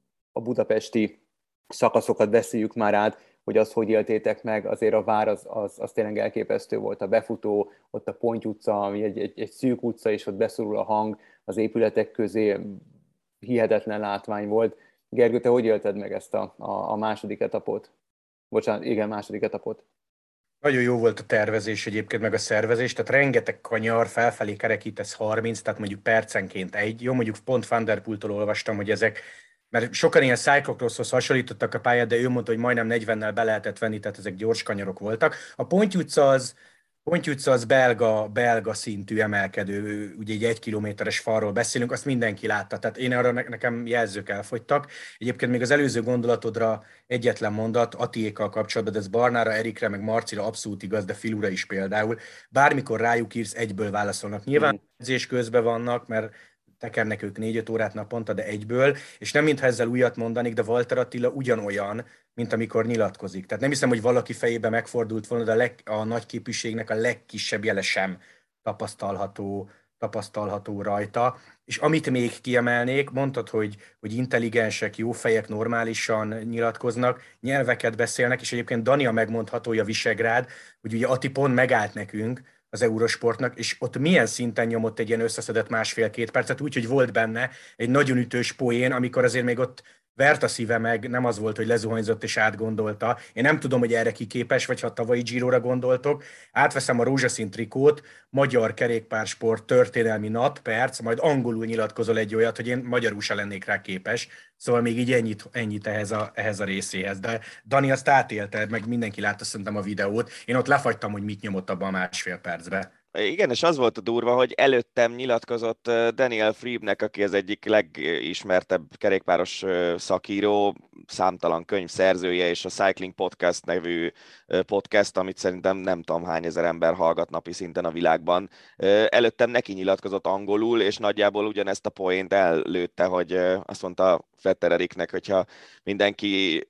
a budapesti szakaszokat beszéljük már át, hogy azt hogy éltétek meg, azért a vár az, az, az tényleg elképesztő volt, a befutó, ott a Ponty utca, ami egy, egy, egy szűk utca, és ott beszorul a hang az épületek közé, hihetetlen látvány volt. Gergő, te hogy élted meg ezt a, a, a második etapot? Bocsánat, igen, második etapot. Nagyon jó volt a tervezés egyébként, meg a szervezés, tehát rengeteg kanyar, felfelé kerekítesz harminc, tehát mondjuk percenként egy. Jó, mondjuk pont Van der Poeltól olvastam, hogy ezek, mert sokan ilyen cyclocrosshoz hasonlítottak a pályát, de ő mondta, hogy majdnem negyvennel be lehetett venni, tehát ezek gyors kanyarok voltak. A Ponty utca az, Ponty utca az belga, belga szintű emelkedő, ugye egy egy kilométeres falról beszélünk, azt mindenki látta, tehát én arra nekem jelzők elfogytak. Egyébként még az előző gondolatodra egyetlen mondat, Attiékkal kapcsolatban, de ez Barnára, Erikre, meg Marcira abszolút igaz, de Filura is például. Bármikor rájuk írsz, egyből válaszolnak. Nyilván edzés közben vannak, mert tekernek ők négy-öt órát naponta, de egyből, és nem mintha ezzel újat mondanék, de Walter Attila ugyanolyan, mint amikor nyilatkozik. Tehát nem hiszem, hogy valaki fejébe megfordult volna, de a, leg, a nagy képviségnek a legkisebb jele sem tapasztalható, tapasztalható rajta. És amit még kiemelnék, mondtad, hogy, hogy intelligensek, jó fejek, normálisan nyilatkoznak, nyelveket beszélnek, és egyébként Dania megmondhatója Visegrád, hogy ugye Ati pont megállt nekünk, az Eurosportnak, és ott milyen szinten nyomott egy ilyen összeszedett másfél-két percet, úgyhogy volt benne egy nagyon ütős poén, amikor azért még ott vert a szíve meg, nem az volt, hogy lezuhanyzott és átgondolta. Én nem tudom, hogy erre ki képes, vagy ha tavalyi Giróra gondoltok. Átveszem a rózsaszín trikót, magyar kerékpársport, történelmi nap, perc, majd angolul nyilatkozol egy olyat, hogy én magyarul se lennék rá képes. Szóval még így ennyit, ennyit ehhez, a, ehhez a részéhez. De Dani azt átélte, meg mindenki látta szerintem a videót. Én ott lefagytam, hogy mit nyomott abban a másfél percbe. Igen, és az volt a durva, hogy előttem nyilatkozott Daniel Friebnek, aki az egyik legismertebb kerékpáros szakíró, számtalan könyv szerzője, és a Cycling Podcast nevű podcast, amit szerintem nem tudom hány ezer ember hallgat napi szinten a világban. Előttem neki nyilatkozott angolul, és nagyjából ugyanezt a poént ellőtte, hogy azt mondta Vetter Eriknek, hogyha mindenki,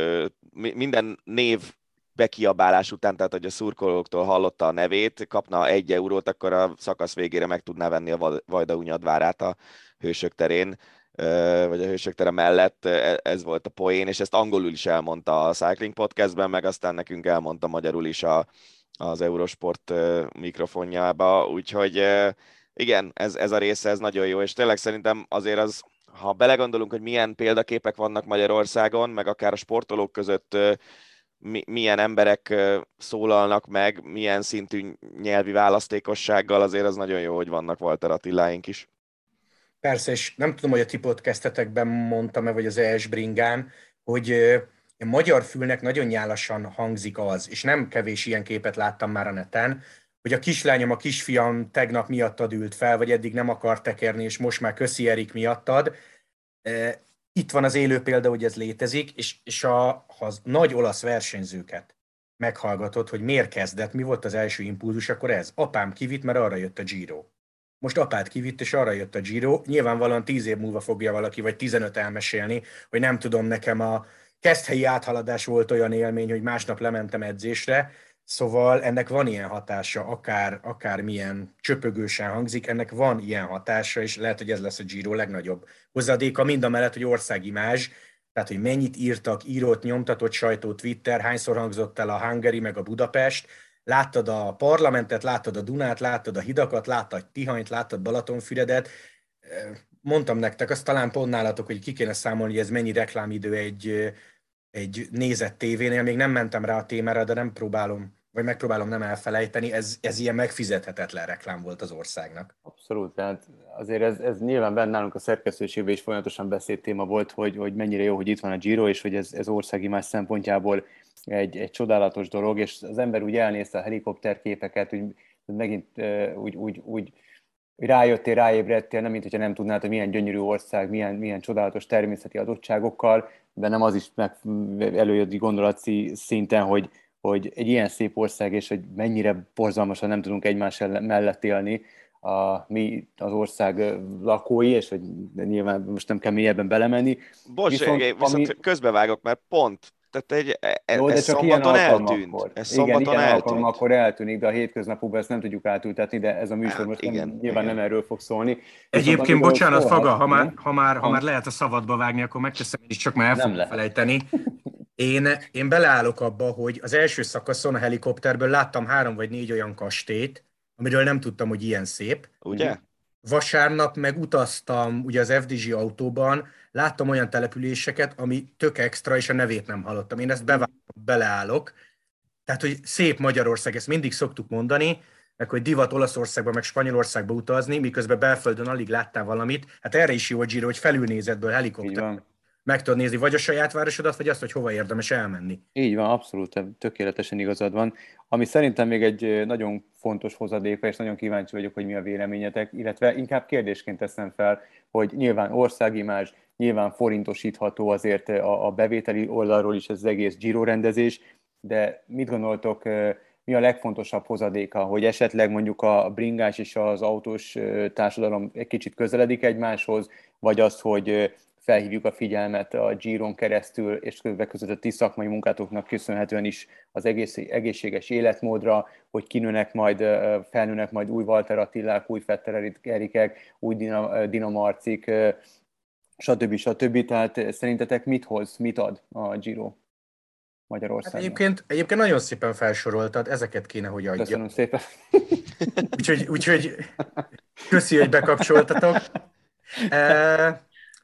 minden név bekiabálás után, tehát hogy a szurkolóktól hallotta a nevét, kapna egy eurót, akkor a szakasz végére meg tudná venni a Vajdahunyadvárát a Hősök terén, vagy a Hősök tere mellett. Ez volt a poén, és ezt angolul is elmondta a Cycling Podcastben, meg aztán nekünk elmondta magyarul is a, az Eurosport mikrofonjába, úgyhogy igen, ez, ez a része, ez nagyon jó, és tényleg szerintem azért az, ha belegondolunk, hogy milyen példaképek vannak Magyarországon, meg akár a sportolók között milyen emberek szólalnak meg, milyen szintű nyelvi választékossággal, azért az nagyon jó, hogy vannak Walter Attiláink is. Persze, és nem tudom, hogy a ti podcastetekben mondtam-e, vagy az E S Bringán, hogy a magyar fülnek nagyon nyálasan hangzik az, és nem kevés ilyen képet láttam már a neten, hogy a kislányom, a kisfiam tegnap miattad ült fel, vagy eddig nem akar tekerni, és most már köszi Erik miattad. Itt van az élő példa, hogy ez létezik, és, és a, ha az nagy olasz versenyzőket meghallgatod, hogy miért kezdett, mi volt az első impulzus, akkor ez. Apám kivitt, mert arra jött a Giro. Most apát kivitt, és arra jött a Giro. Nyilvánvalóan tíz év múlva fogja valaki, vagy tizenöt elmesélni, hogy nem tudom, nekem a Keszthelyi áthaladás volt olyan élmény, hogy másnap lementem edzésre. Szóval ennek van ilyen hatása, akár, akár milyen csöpögősen hangzik, ennek van ilyen hatása, és lehet, hogy ez lesz a Giro legnagyobb hozadéka, mind a mellett, hogy országimázs, tehát, hogy mennyit írtak, írott, nyomtatott sajtó, Twitter, hányszor hangzott el a Hungary meg a Budapest, láttad a parlamentet, láttad a Dunát, láttad a hidakat, láttad Tihanyt, láttad Balatonfüredet. Mondtam nektek, azt talán pont nálatok, hogy ki kéne számolni, hogy ez mennyi reklámidő egy, egy nézett tévénél. Még nem mentem rá a témára, de nem próbálom, vagy megpróbálom nem elfelejteni. Ez, ez ilyen megfizethetetlen reklám volt az országnak. Abszolút, tehát azért ez, ez nyilván benne nálunk a szerkesztőségben is folyamatosan beszélt téma volt, hogy, hogy mennyire jó, hogy itt van a Giro, és hogy ez, ez országimázs szempontjából egy, egy csodálatos dolog, és az ember úgy elnézte a helikopterképeket, úgy megint úgy, úgy, úgy rájöttél, ráébredtél, nem mint hogyha nem tudnád, hogy milyen gyönyörű ország, milyen, milyen csodálatos természeti adottságokkal, de nem az is meg előjött gondolati szinten, hogy, hogy egy ilyen szép ország, és hogy mennyire borzalmasan nem tudunk egymás mellett élni a, mi az ország lakói, és hogy nyilván most nem kell mélyebben belemenni. Bocs, viszont, viszont ami... közbevágok, mert pont, tehát egy, e, Jó, ez szombaton eltűnt. Ez igen, igen, eltűnt. Akkor eltűnik, de a hétköznapokban ezt nem tudjuk átültetni, de ez a műsor hát, most igen, nem, nyilván igen. nem erről fog szólni. Egyébként, bocsánat, Faga, ha már, ha, már, ha már lehet a szabadba vágni, akkor megteszem én is, csak már el fogom felejteni. Én, én beleállok abba, hogy az első szakaszon a helikopterből láttam három vagy négy olyan kastélyt, amiről nem tudtam, hogy ilyen szép. Ugye? Vasárnap meg utaztam ugye az ef dé gé autóban, láttam olyan településeket, ami tök extra, és a nevét nem hallottam. Én ezt bevállom, beleállok. Tehát, hogy szép Magyarország, ezt mindig szoktuk mondani, meg hogy divat Olaszországba, meg Spanyolországba utazni, miközben belföldön alig láttál valamit. Hát erre is jó a Giro, hogy felülnézetből helikopter. Meg tudod nézni vagy a saját városodat, vagy azt, hogy hova érdemes elmenni. Így van, abszolút, tökéletesen igazad van. Ami szerintem még egy nagyon fontos hozadéka, és nagyon kíváncsi vagyok, hogy mi a véleményetek, illetve inkább kérdésként teszem fel, hogy nyilván országimázs, nyilván forintosítható azért a, a bevételi oldalról is ez az egész Giro rendezés, de mit gondoltok, mi a legfontosabb hozadéka, hogy esetleg mondjuk a bringás és az autós társadalom egy kicsit közeledik egymáshoz, vagy az, hogy felhívjuk a figyelmet a Giron keresztül, és közben között a ti szakmai munkátoknak köszönhetően is az egész, egészséges életmódra, hogy kinőnek majd, felnőnek majd új Walter Attilák, új Fetter Erikek, új Dina, Dina Marcik, stb. stb. Tehát szerintetek mit hoz, mit ad a Giro Magyarországon? Hát egyébként, egyébként nagyon szépen felsoroltad, ezeket kéne, hogy adja. Köszönöm szépen. Úgyhogy, úgyhogy köszi, hogy bekapcsoltatok. E-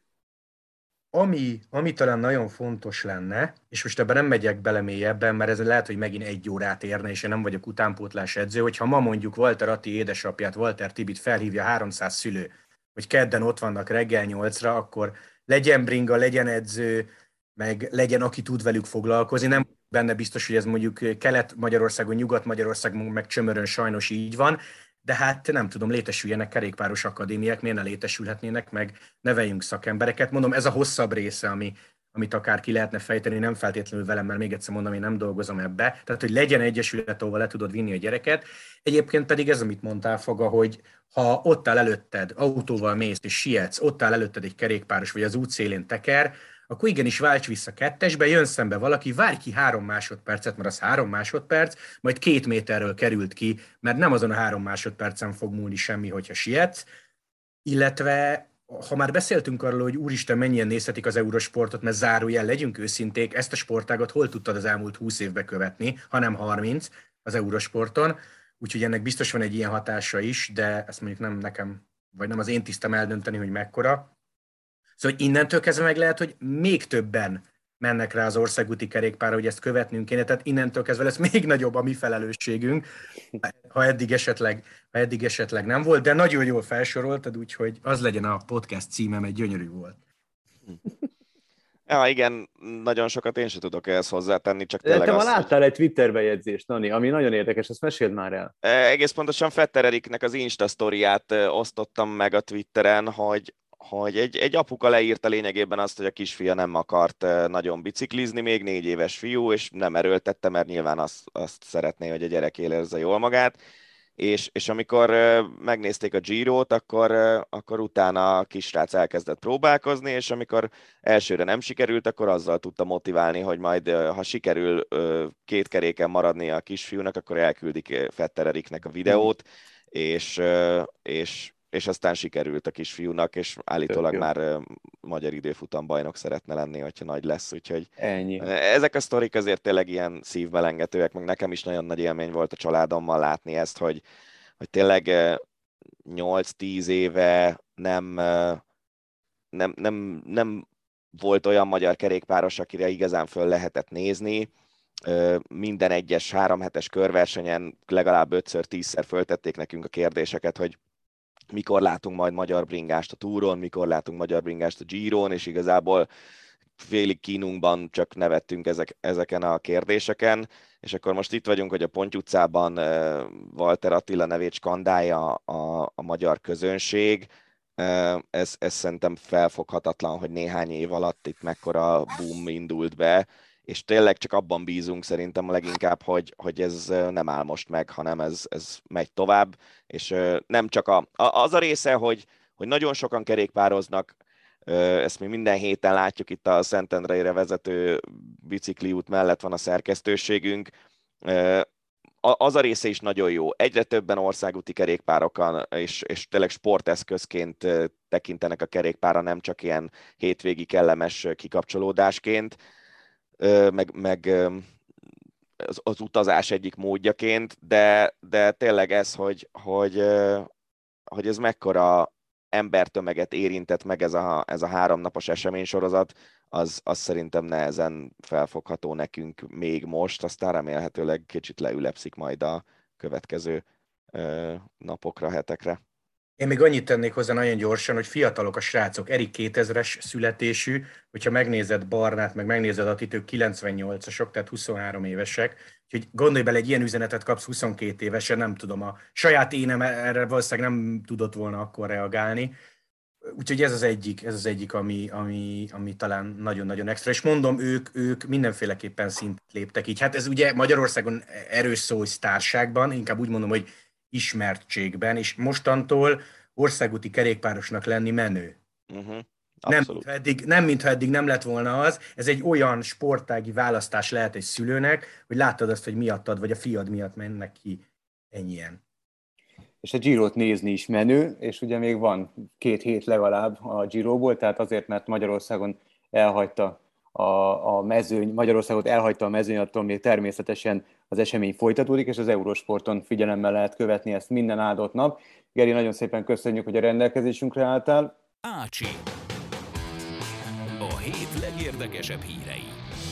Ami, ami talán nagyon fontos lenne, és most ebben nem megyek bele mélyebben, mert ez lehet, hogy megint egy órát érne, és én nem vagyok utánpótlás edző, hogyha ma mondjuk Walter Atti édesapját, Walter Tibit felhívja háromszáz szülő, hogy kedden ott vannak reggel nyolcra, akkor legyen bringa, legyen edző, meg legyen, aki tud velük foglalkozni. Nem benne biztos, hogy ez mondjuk Kelet-Magyarországon, Nyugat-Magyarországon, meg Csömörön sajnos így van, de hát nem tudom, létesüljenek kerékpáros akadémiák, miért ne létesülhetnének, meg neveljünk szakembereket. Mondom, ez a hosszabb része, ami, amit akár ki lehetne fejteni, nem feltétlenül velem, mert még egyszer mondom, én nem dolgozom ebbe. Tehát, hogy legyen egyesület, ahol le tudod vinni a gyereket. Egyébként pedig ez, amit mondtál, Faga, hogy ha ott áll előtted, autóval mész és sietsz, ott áll előtted egy kerékpáros, vagy az útszélén teker, akkor igenis válts vissza kettesbe, jön szembe valaki, várj ki három másodpercet, mert az három másodperc, majd két méterről került ki, mert nem azon a három másodpercen fog múlni semmi, hogyha sietsz. Illetve, ha már beszéltünk arról, hogy úristen, mennyien nézhetik az Eurosportot, mert zárójel, legyünk őszinték, ezt a sportágat hol tudtad az elmúlt húsz évbe követni, hanem harminc az Eurosporton, úgyhogy ennek biztos van egy ilyen hatása is, de ezt mondjuk nem nekem, vagy nem az én tisztem eldönteni, hogy mekkora. Szóval innentől kezdve meg lehet, hogy még többen mennek rá az országúti kerékpárra, hogy ezt követnünk kéne, tehát innentől kezdve lesz még nagyobb a mi felelősségünk, ha eddig esetleg, ha eddig esetleg nem volt, de nagyon jól felsoroltad, úgyhogy az legyen a podcast címem, egy gyönyörű volt. Ja, igen, nagyon sokat én sem tudok ehhez hozzátenni, csak tényleg te azt... ma láttál hogy... egy Twitter bejegyzést, Nani, ami nagyon érdekes, ezt meséld már el. E, egész pontosan Fetter Eriknek az Insta sztoriát osztottam meg a Twitteren, hogy hogy egy, egy apuka leírta lényegében azt, hogy a kisfia nem akart nagyon biciklizni, még négy éves fiú, és nem erőltette, mert nyilván azt, azt szeretné, hogy a gyerek érezze jól magát. és, és amikor megnézték a Girót, akkor, akkor utána a kisrác elkezdett próbálkozni, és amikor elsőre nem sikerült, akkor azzal tudta motiválni, hogy majd, ha sikerül két keréken maradni a kisfiúnak, akkor elküldik Vetter Eriknek a videót, és, és, és aztán sikerült a kisfiúnak, és állítólag már magyar időfutam bajnok szeretne lenni, hogyha nagy lesz, úgyhogy ennyi. Ezek a sztorik azért tényleg ilyen szívmelengetőek, meg nekem is nagyon nagy élmény volt a családommal látni ezt, hogy, hogy tényleg nyolc-tíz éve nem, nem, nem, nem volt olyan magyar kerékpáros, akire igazán föl lehetett nézni. Minden egyes háromhetes körversenyen legalább ötször, tízszer föltették nekünk a kérdéseket, hogy mikor látunk majd magyar bringást a túron, mikor látunk magyar bringást a Giron, és igazából félig kínunkban csak nevettünk ezek, ezeken a kérdéseken, és akkor most itt vagyunk, hogy a Ponty utcában Walter Attila nevét skandálja a, a magyar közönség. Ez, ez szerintem felfoghatatlan, hogy néhány év alatt itt mekkora boom indult be, és tényleg csak abban bízunk szerintem leginkább, hogy, hogy ez nem áll most meg, hanem ez, ez megy tovább, és nem csak a, az a része, hogy, hogy nagyon sokan kerékpároznak, ezt mi minden héten látjuk, itt a Szentendreire vezető bicikliút mellett van a szerkesztőségünk. Az a része is nagyon jó. Egyre többen országúti kerékpárokon, és, és tényleg sporteszközként tekintenek a kerékpárra, nem csak ilyen hétvégi kellemes kikapcsolódásként, meg, meg az, az utazás egyik módjaként, de, de tényleg ez, hogy, hogy, hogy ez mekkora embertömeget érintett meg ez a, ez a háromnapos eseménysorozat, az, az szerintem nehezen felfogható nekünk még most, aztán remélhetőleg kicsit leülepszik majd a következő ö, napokra, hetekre. Én még annyit tennék hozzá nagyon gyorsan, hogy fiatalok a srácok, Erik kétezres születésű, hogyha megnézed Barnát, meg megnézed Attit, ők kilencvennyolcasok, tehát huszonhárom évesek, úgyhogy gondolj bele, egy ilyen üzenetet kapsz huszonkét évesen, nem tudom, a saját énem erre valószínűleg nem tudott volna akkor reagálni. Úgyhogy ez az egyik, ez az egyik, ami, ami, ami talán nagyon-nagyon extra. És mondom, ők, ők mindenféleképpen szintet léptek így. Hát ez ugye Magyarországon erős szó, hogy sztárságban, inkább úgy mondom, hogy ismertségben, és mostantól országúti kerékpárosnak lenni menő. Uh-huh. Nem, mintha eddig, nem, mintha eddig nem lett volna az, ez egy olyan sportági választás lehet egy szülőnek, hogy láttad azt, hogy miattad, vagy a fiad miatt mennek ki ennyien. És a Girót nézni is menő, és ugye még van két hét legalább a Giróból, tehát azért, mert Magyarországon elhagyta a, a mezőny, Magyarországot elhagyta a mezőny, attól még természetesen az esemény folytatódik, és az Eurosporton figyelemmel lehet követni ezt minden áldott nap. Geri, nagyon szépen köszönjük, hogy a rendelkezésünkre álltál. Ácsi. A hét legérdekesebb hírei.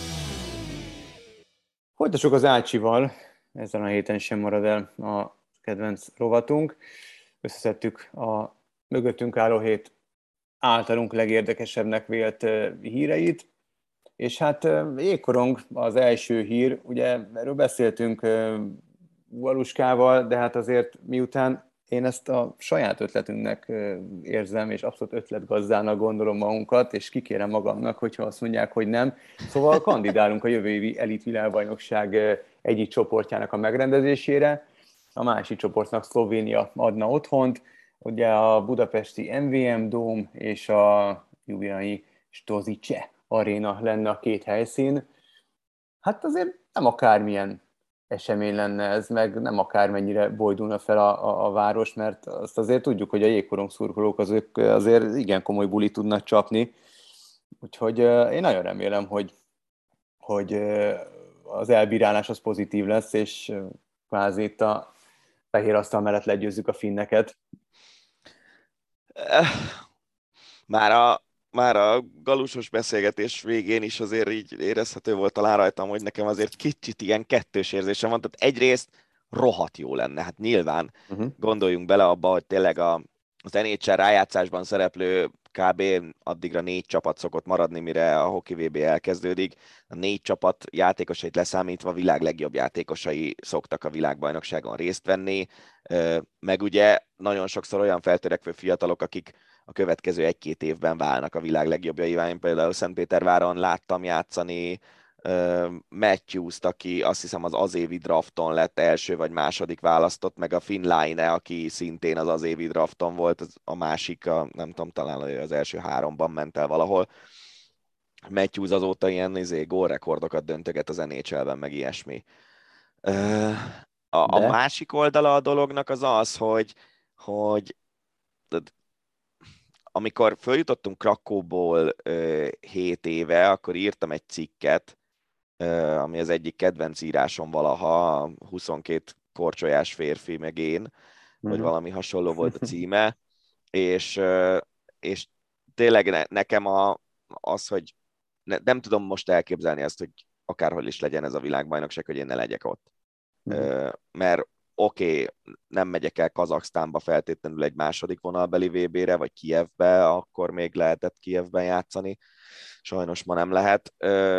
Folytassuk az Ácsival, ezen a héten sem marad el a kedvenc rovatunk. Összeszedtük a mögöttünk álló hét általunk legérdekesebbnek vélt híreit, és hát jégkorong az első hír, ugye erről beszéltünk Valuskával, de hát azért miután én ezt a saját ötletünknek érzem, és abszolút ötletgazdának gondolom magunkat, és kikérem magamnak, hogyha azt mondják, hogy nem. Szóval kandidálunk a jövő évi elit világbajnokság egyik csoportjának a megrendezésére. A másik csoportnak Szlovénia adna otthont, ugye a budapesti em vé em Dome és a Ljubljani Stozice aréna lenne a két helyszín. Hát azért nem akármilyen esemény lenne ez, meg nem akármennyire bojdulna fel a, a, a város, mert azt azért tudjuk, hogy a jégkorong szurkolók azok azért igen komoly bulit tudnak csapni. Úgyhogy én nagyon remélem, hogy, hogy az elbírálás az pozitív lesz, és kvázi itt a fehér asztal mellett legyőzzük a finneket. Már a, már a galusos beszélgetés végén is azért így érezhető volt talán rajtam, hogy nekem azért kicsit ilyen kettős érzésem van. Tehát egyrészt rohadt jó lenne. Hát nyilván uh-huh. gondoljunk bele abba, hogy tényleg a, az en há el rájátszásban szereplő kb. Addigra négy csapat szokott maradni, mire a Hockey vé bé elkezdődik. A négy csapat játékosait leszámítva a világ legjobb játékosai szoktak a világbajnokságon részt venni. Meg ugye nagyon sokszor olyan feltörekvő fiatalok, akik a következő egy-két évben válnak a világ legjobbjaivá. Én például Szentpéterváron láttam játszani Matthews-t, aki azt hiszem az az évi drafton lett első vagy második választott, meg a Finn Line, aki szintén az az évi drafton volt, a másik, a, nem tudom, talán az első háromban ment el valahol. Matthews azóta ilyen izé, gólrekordokat döntöget az en há el-ben, meg ilyesmi. A, a másik oldala a dolognak az az, hogy, hogy amikor följutottunk Krakóból hét éve, akkor írtam egy cikket, ami az egyik kedvenc írásom valaha, huszonkét korcsolyás férfi, meg én, mm-hmm. vagy valami hasonló volt a címe, és, és tényleg ne, nekem a, az, hogy ne, nem tudom most elképzelni azt, hogy akárhol is legyen ez a világbajnokság, hogy én ne legyek ott. Mm-hmm. Mert oké, okay, nem megyek el Kazaksztánba feltétlenül egy második vonalbeli vé bé-re, vagy Kijevbe, akkor még lehetett Kijevben játszani, sajnos ma nem lehet,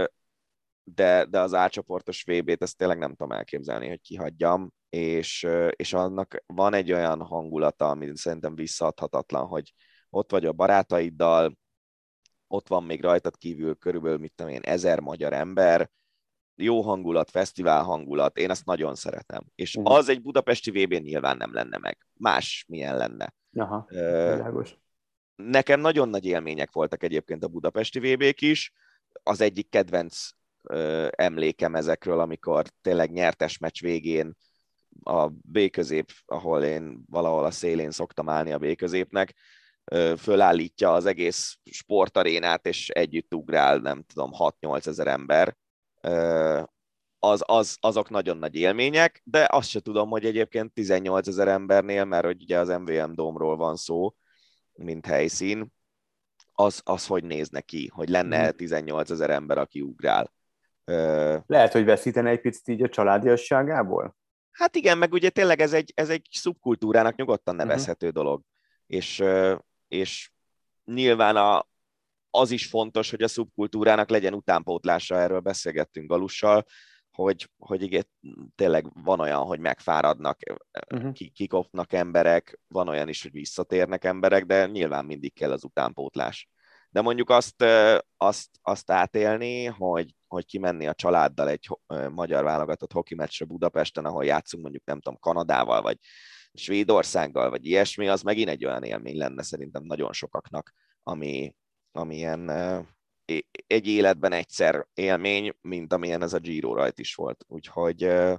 de, de az A-csoportos vé bét ezt tényleg nem tudom elképzelni, hogy kihagyjam, és, és annak van egy olyan hangulata, ami szerintem visszaadhatatlan, hogy ott vagy a barátaiddal, ott van még rajtad kívül körülbelül, mit tudom én, ezer magyar ember, jó hangulat, fesztivál hangulat, én ezt nagyon szeretem. És uh-huh. az egy budapesti vé bén nyilván nem lenne meg. Más milyen lenne. Aha, világos. Nekem nagyon nagy élmények voltak egyébként a budapesti vé bék is. Az egyik kedvenc ö, emlékem ezekről, amikor tényleg nyertes meccs végén a B-közép, ahol én valahol a szélén szoktam állni a B-középnek, ö, fölállítja az egész sportarénát, és együtt ugrál, nem tudom, hat-nyolc ezer ember. Az, az, azok nagyon nagy élmények, de azt se tudom, hogy egyébként tizennyolc ezer embernél, mert hogy ugye az em vé em Dome-ról van szó, mint helyszín, az, az hogy néz neki, hogy lenne tizennyolc ezer ember, aki ugrál. Lehet, hogy veszítene egy picit így a családiasságából? Hát igen, meg ugye tényleg ez egy, ez egy szubkultúrának nyugodtan nevezhető uh-huh. dolog. És, és nyilván a az is fontos, hogy a szubkultúrának legyen utánpótlása, erről beszélgettünk Galussal, hogy, hogy igen, tényleg van olyan, hogy megfáradnak, uh-huh. kikopnak emberek, van olyan is, hogy visszatérnek emberek, de nyilván mindig kell az utánpótlás. De mondjuk azt, azt, azt átélni, hogy, hogy kimenni a családdal egy magyar válogatott hoki meccsre Budapesten, ahol játszunk mondjuk nem tudom, Kanadával, vagy Svédországgal, vagy ilyesmi, az megint egy olyan élmény lenne szerintem nagyon sokaknak, ami amilyen uh, egy életben egyszer élmény, mint amilyen ez a Giro rajt is volt. Úgyhogy, uh,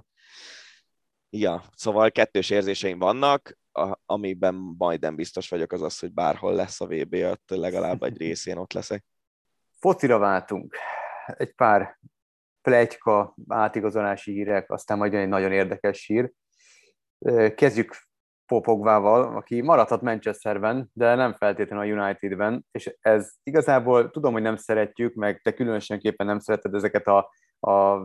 ja, szóval kettős érzéseim vannak, a, amiben majdnem biztos vagyok az az, hogy bárhol lesz a vé bé, ott legalább egy részén ott leszek. Focira váltunk. Egy pár pletyka, átigazolási hírek, aztán majd egy nagyon érdekes hír. Kezdjük Pogbával, aki maradhat Manchesterben, de nem feltétlenül a Unitedben, és ez igazából tudom, hogy nem szeretjük, meg te különösenképpen nem szereted ezeket a, a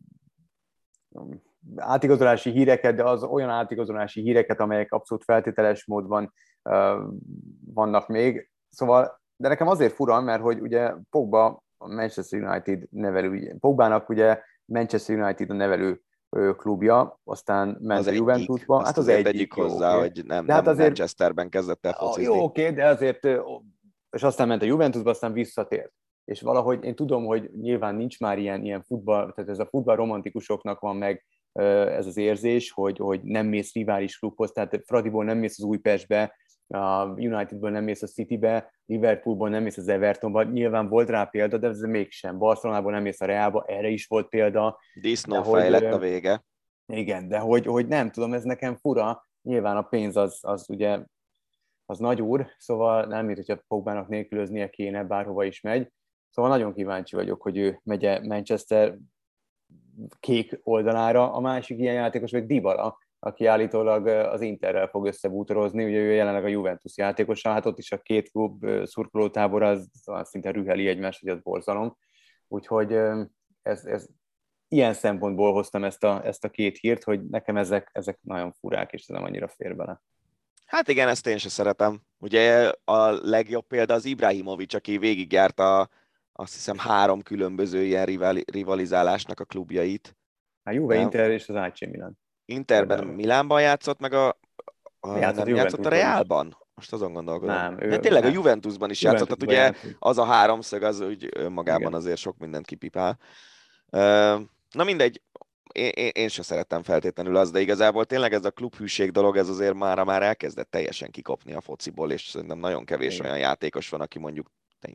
átigazolási híreket, de az olyan átigazolási híreket, amelyek abszolút feltételes módban uh, vannak még. Szóval, de nekem azért fura, mert hogy ugye Pogba a Manchester United nevelő, Pogbának ugye Manchester United a nevelő klubja, aztán ment az a Juventusba. Hát az egyik, egyik hozzá, okay. hogy nem, hát nem azért, Manchesterben kezdett el focizni. Jó, oké, okay, de azért, és aztán ment a Juventusba, aztán visszatért. És valahogy én tudom, hogy nyilván nincs már ilyen, ilyen futball, tehát ez a futball romantikusoknak van meg ez az érzés, hogy, hogy nem mész rivális klubhoz, tehát Fradiból nem mész az Újpestbe, a Unitedből nem mész a Citybe, Liverpoolból nem mész az Evertonba, nyilván volt rá példa, de ez mégsem. Barcelonából nem mész a Realba, erre is volt példa. Disznófej lett a vége. Igen, de hogy, hogy nem tudom, ez nekem fura. Nyilván a pénz az, az ugye az nagy úr, szóval nem mint, hogyha Pogbának nélkülöznie kéne, bárhova is megy. Szóval nagyon kíváncsi vagyok, hogy ő megy Manchester kék oldalára. A másik ilyen játékos, vagy Dybala, aki állítólag az Interrel fog összebútorozni, ugye ő jelenleg a Juventus játékosa, hát ott is a két klub szurkolótábor az, az szinte rüheli egymást, hogy az borzalom. Úgyhogy ez, ez, ilyen szempontból hoztam ezt a, ezt a két hírt, hogy nekem ezek, ezek nagyon furák, és ez nem annyira fér bele. Hát igen, ezt én sem szeretem. Ugye a legjobb példa az Ibrahimovic, aki végigjárt a, azt hiszem három különböző ilyen rivali, rivalizálásnak a klubjait. A Juve, ja. Inter és az á cé Milan. Interben Milánban játszott, meg a, a játszott nem játszott a Realban? Most azon gondolkodom. Nem, ő, de tényleg nem. A Juventusban is Juventusban játszott, tehát ugye játszott. Az a háromszög az úgy magában igen. Azért sok mindent kipipál. Na mindegy, én, én, én sem szerettem feltétlenül az, de igazából tényleg ez a klubhűség dolog, ez azért már, már elkezdett teljesen kikopni a fociból, és szerintem nagyon kevés Igen. olyan játékos van, aki mondjuk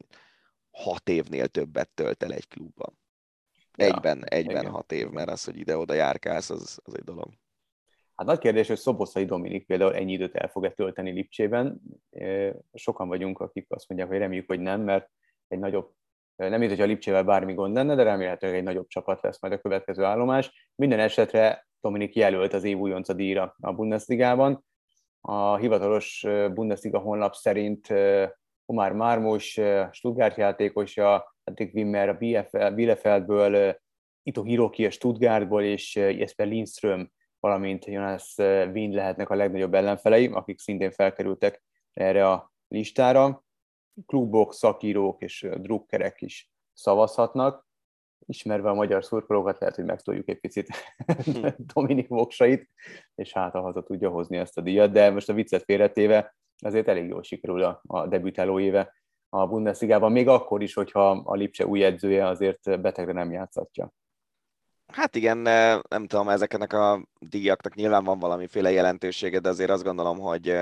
hat évnél többet tölt el egy klubban. Egyben, ja, egyben igen. hat év, mert az, hogy ide-oda járkálsz, az, az egy dolog. Hát nagy kérdés, hogy Szoboszlai Dominik például ennyi időt el fog-e tölteni Lipcsében. Sokan vagyunk, akik azt mondják, hogy reméljük, hogy nem, mert egy nagyobb, nem mint, hogy a Lipcsével bármi gond lenne, de remélhetőleg egy nagyobb csapat lesz majd a következő állomás. Minden esetre Dominik jelölt az év újonca díjra a Bundesligában. A hivatalos Bundesliga honlap szerint Omar Marmos, Stuttgart játékosa, Patrick Wimmer a Bielefeldből, Ito Hiroki a Stuttgartból és Jesper Lindström, valamint Jonas Wind lehetnek a legnagyobb ellenfelei, akik szintén felkerültek erre a listára. Klubok, szakírók és drukkerek is szavazhatnak. Ismerve a magyar szurkolókat, lehet, hogy megtoljuk egy picit Dominik voksait, és hát a haza tudja hozni ezt a díjat, de most a viccet félretéve azért elég jól sikerül a, a debütáló éve a Bundesligában, még akkor is, hogyha a Lipcse új edzője azért betegre nem játszatja. Hát igen, nem tudom, ezeknek a díjaknak nyilván van valamiféle jelentősége, de azért azt gondolom, hogy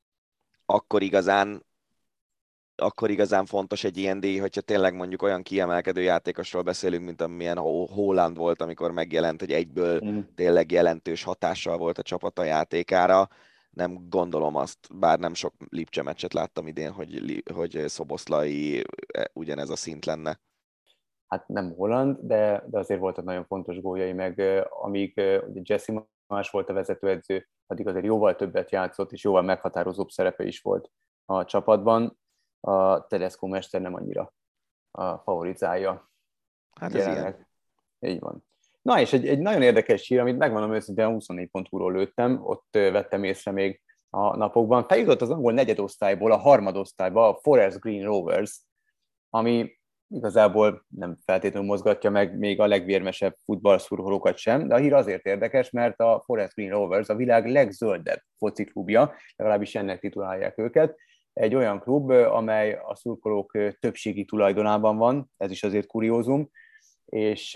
akkor igazán, akkor igazán fontos egy ilyen díj, hogyha tényleg mondjuk olyan kiemelkedő játékosról beszélünk, mint amilyen Haaland volt, amikor megjelent, hogy egyből mm. tényleg jelentős hatással volt a csapata játékára. Nem gondolom azt, bár nem sok Lipcse meccset láttam idén, hogy, hogy Szoboszlai ugyanez a szint lenne. Hát nem Holland, de, de azért voltak nagyon fontos góljai, meg amíg ugye Jesse Marsch volt a vezetőedző, addig azért jóval többet játszott, és jóval meghatározóbb szerepe is volt a csapatban. A Tedesco mester nem annyira a favorizálja. Hát ez ilyen. Így van. Na és egy, egy nagyon érdekes hír, amit megmondom őszintén, a huszonnégy pont hu-ról lőttem, ott vettem észre még a napokban. Feljutott az angol negyedosztályból a harmadosztályba a Forest Green Rovers, ami igazából nem feltétlenül mozgatja meg még a legvérmesebb futballszurkolókat sem, de a hír azért érdekes, mert a Forest Green Rovers a világ legzöldebb fociklubja, legalábbis ennek titulálják őket. Egy olyan klub, amely a szurkolók többségi tulajdonában van, ez is azért kuriózum, és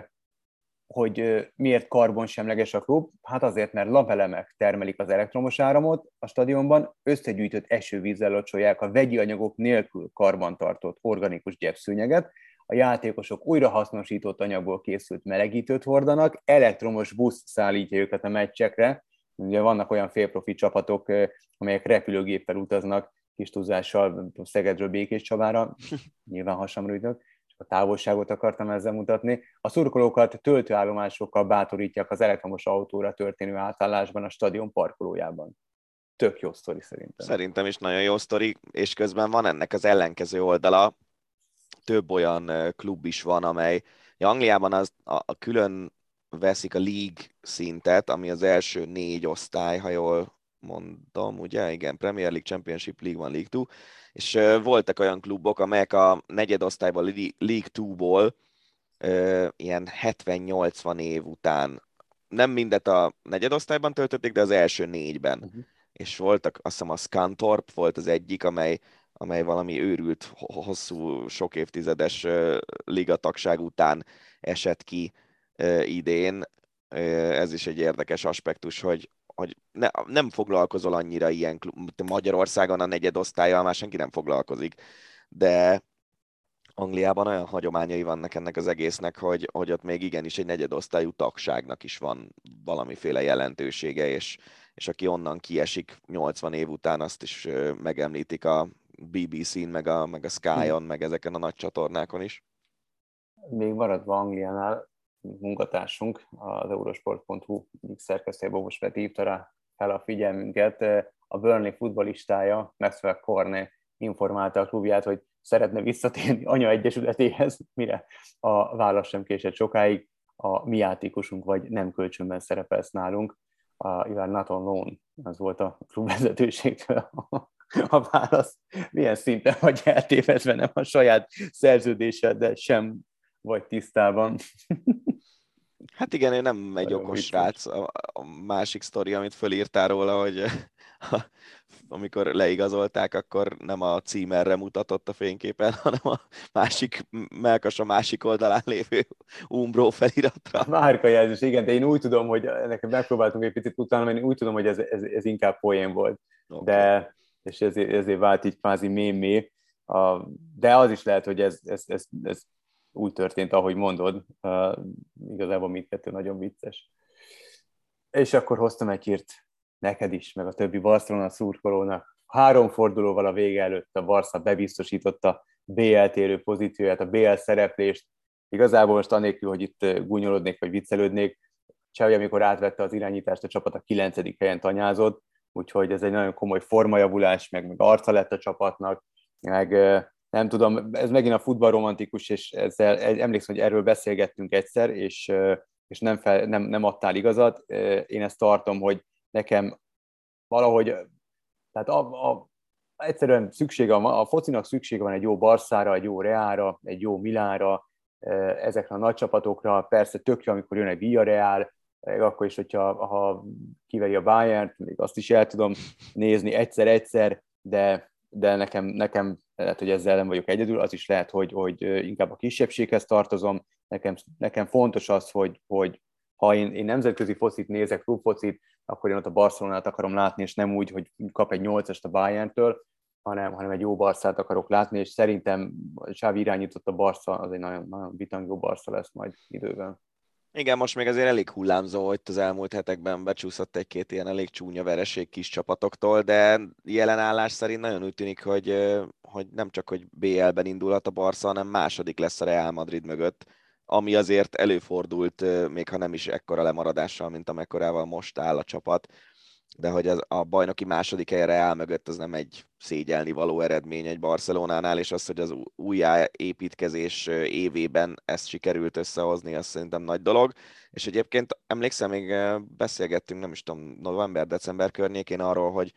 hogy miért karbonsemleges a klub? Hát azért, mert lapelemek termelik az elektromos áramot a stadionban, összegyűjtött esővízzel locsolják a vegyi anyagok nélkül karbantartott organikus gyepszőnyeget, a játékosok újrahasznosított anyagból készült melegítőt hordanak, elektromos busz szállítja őket a meccsekre. Ugye vannak olyan félprofi csapatok, amelyek repülőgéppel utaznak kis túlzással Szegedről Békéscsabára, nyilván hasamra ütök, a távolságot akartam ezzel mutatni. A szurkolókat töltőállomásokkal bátorítják az elektromos autóra történő átállásban a stadion parkolójában. Tök jó sztori szerintem. Szerintem is nagyon jó sztori, és közben van ennek az ellenkező oldala. Több olyan klub is van, amely Angliában az, a, a külön veszik a League szintet, ami az első négy osztály, ha jól mondom, ugye? Igen, Premier League, Championship, League One, League Two, és uh, voltak olyan klubok, amelyek a negyedosztályban, League Two-ból uh, ilyen hetven-nyolcvan év után nem mindet a negyedosztályban töltötték, de az első négyben. Uh-huh. És voltak, azt hiszem a Scunthorpe volt az egyik, amely, amely valami őrült, hosszú, sok évtizedes uh, ligatagság után esett ki uh, idén. Uh, ez is egy érdekes aspektus, hogy hogy ne, nem foglalkozol annyira ilyen klub, Magyarországon a negyedosztállyal már senki nem foglalkozik, de Angliában olyan hagyományai vannak ennek az egésznek, hogy, hogy ott még igenis egy negyedosztályú tagságnak is van valamiféle jelentősége, és, és aki onnan kiesik nyolcvan év után, azt is megemlítik a bé bé cén, meg a, meg a Sky-on, meg ezeken a nagy csatornákon is. Még maradva Angliánál, munkatársunk, az eurosport pont hu szerkesztője Bobos Peti hívta rá fel a figyelmünket. A Burnley futballistája, Maxwell Cornet informálta a klubját, hogy szeretne visszatérni anyaegyesületéhez, mire a válasz sem késett sokáig. A mi játékosunk vagy nem kölcsönben szerepelsz nálunk. A You are not on loan, az volt a klubvezetőségtől a válasz. Milyen szinten vagy eltévedve, nem a saját szerződéseddel sem vagy tisztában. Hát igen, ő nem egy okos srác. A, a másik sztori, amit fölírtál róla, hogy amikor leigazolták, akkor nem a címerre mutatott a fényképen, hanem a másik, mellkas a másik oldalán lévő Umbro feliratra. A márkajelzés, igen, de én úgy tudom, hogy nekem megpróbáltunk egy picit utána, én úgy tudom, hogy ez, ez, ez inkább poén volt, okay. De és ezért, ezért vált így kvázi mémé. De az is lehet, hogy ez, ez, ez, ez úgy történt, ahogy mondod. Uh, igazából mindkettő nagyon vicces. És akkor hoztam egy hírt neked is, meg a többi Barcelona szurkolónak. Három fordulóval a vége előtt a Barca bebiztosította bé el térő pozícióját, a bé el szereplést. Igazából most anélkül, hogy itt gúnyolódnék vagy viccelődnék, Xavi, amikor átvette az irányítást, a csapat a kilencedik helyen tanyázott, úgyhogy ez egy nagyon komoly formajavulás, meg, meg arca lett a csapatnak, meg nem tudom, ez megint a futballromantikus, és ezzel, emlékszem, hogy erről beszélgettünk egyszer, és, és nem, fel, nem, nem adtál igazat. Én ezt tartom, hogy nekem valahogy, tehát a, a, egyszerűen szüksége van, a focinak szüksége van egy jó Barszára, egy jó Realra, egy jó Milánra, ezekre a nagy csapatokra, persze tök jó, amikor jön egy Villarreal, akkor is, hogyha ha kiveri a Bayernt, még azt is el tudom nézni egyszer-egyszer, de, de nekem, nekem lehet, hogy ezzel nem vagyok egyedül, az is lehet, hogy, hogy inkább a kisebbséghez tartozom. Nekem, nekem fontos az, hogy, hogy ha én, én nemzetközi focit nézek, klubfocit, akkor én ott a Barcelonát akarom látni, és nem úgy, hogy kap egy nyolcast a Bayerntől, hanem, hanem egy jó Barszát akarok látni, és szerintem Xavi irányított a Barca, az egy nagyon, nagyon bitangó Barca lesz majd időben. Igen, most még azért elég hullámzó, hogy az elmúlt hetekben becsúszott egy-két ilyen elég csúnya vereség kis csapatoktól, de jelen állás szerint nagyon úgy tűnik, hogy, hogy nem csak, hogy bé el-ben indulhat a Barca, hanem második lesz a Real Madrid mögött, ami azért előfordult, még ha nem is ekkora lemaradással, mint amekkorával most áll a csapat, de hogy az, a bajnoki második helyre Real mögött az nem egy szégyelni való eredmény egy Barcelonánál, és az, hogy az újjáépítkezés évében ezt sikerült összehozni, az szerintem nagy dolog. És egyébként emlékszem, még beszélgettünk, nem is tudom, november-december környékén arról, hogy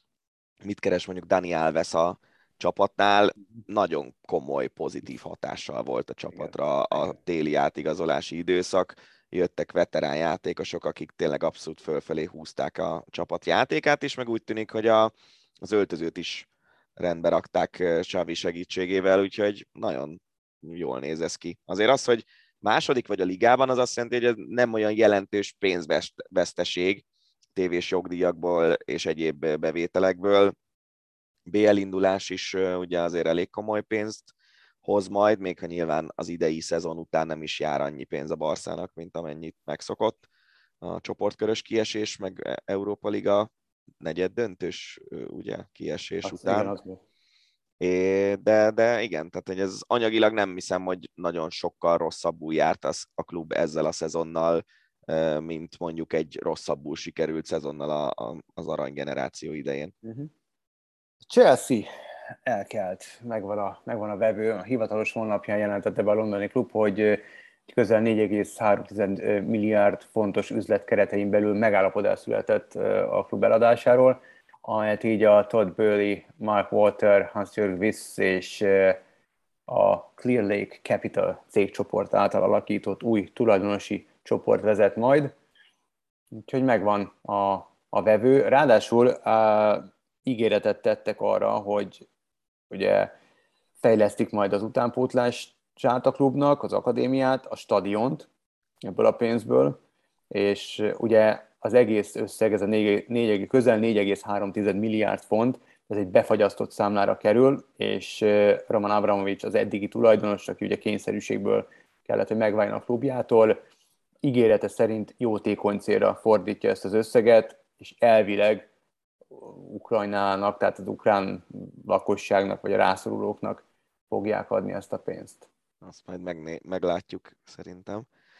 mit keres mondjuk Dani Alves a csapatnál, nagyon komoly pozitív hatással volt a csapatra a téli átigazolási időszak. Jöttek veterán játékosok, akik tényleg abszolút fölfelé húzták a csapat játékát, és meg úgy tűnik, hogy a, az öltözőt is rendbe rakták Xavi segítségével, úgyhogy nagyon jól néz ez ki. Azért az, hogy második vagy a ligában, az azt jelenti, hogy ez nem olyan jelentős pénzveszteség tévés jogdíjakból és egyéb bevételekből. bé el indulás is ugye azért elég komoly pénzt hoz majd, még ha nyilván az idei szezon után nem is jár annyi pénz a Barszának, mint amennyit megszokott. A csoportkörös kiesés, meg Európa Liga negyed döntős ugye kiesés azt után. Igen, É, de, de igen, tehát hogy ez anyagilag nem hiszem, hogy nagyon sokkal rosszabbul járt az, a klub ezzel a szezonnal, mint mondjuk egy rosszabbul sikerült szezonnal a, a, az aranygeneráció idején. Uh-huh. Chelsea elkelt, megvan a, megvan a vevő, a hivatalos honlapján jelentette be a londoni klub, hogy közel négy egész három milliárd fontos üzlet keretein belül megállapodás született a klub eladásáról, amelyet így a Todd Boehly, Mark Walter, Hans-Jörg Wyss és a Clear Lake Capital cégcsoport által alakított új tulajdonosi csoport vezet majd. Úgyhogy megvan a, a vevő. Ráadásul uh, ígéretet tettek arra, hogy ugye fejlesztik majd az utánpótlását a klubnak, az akadémiát, a stadiont ebből a pénzből, és ugye az egész összeg, ez a négy, négy, közel négy egész három milliárd font, ez egy befagyasztott számlára kerül, és Roman Abramovich az eddigi tulajdonos, aki ugye kényszerűségből kellett, hogy megváljon a klubjától, ígérete szerint jótékony célra fordítja ezt az összeget, és elvileg Ukrajnának, tehát az ukrán lakosságnak, vagy a rászorulóknak fogják adni ezt a pénzt. Azt majd megné- meglátjuk, szerintem.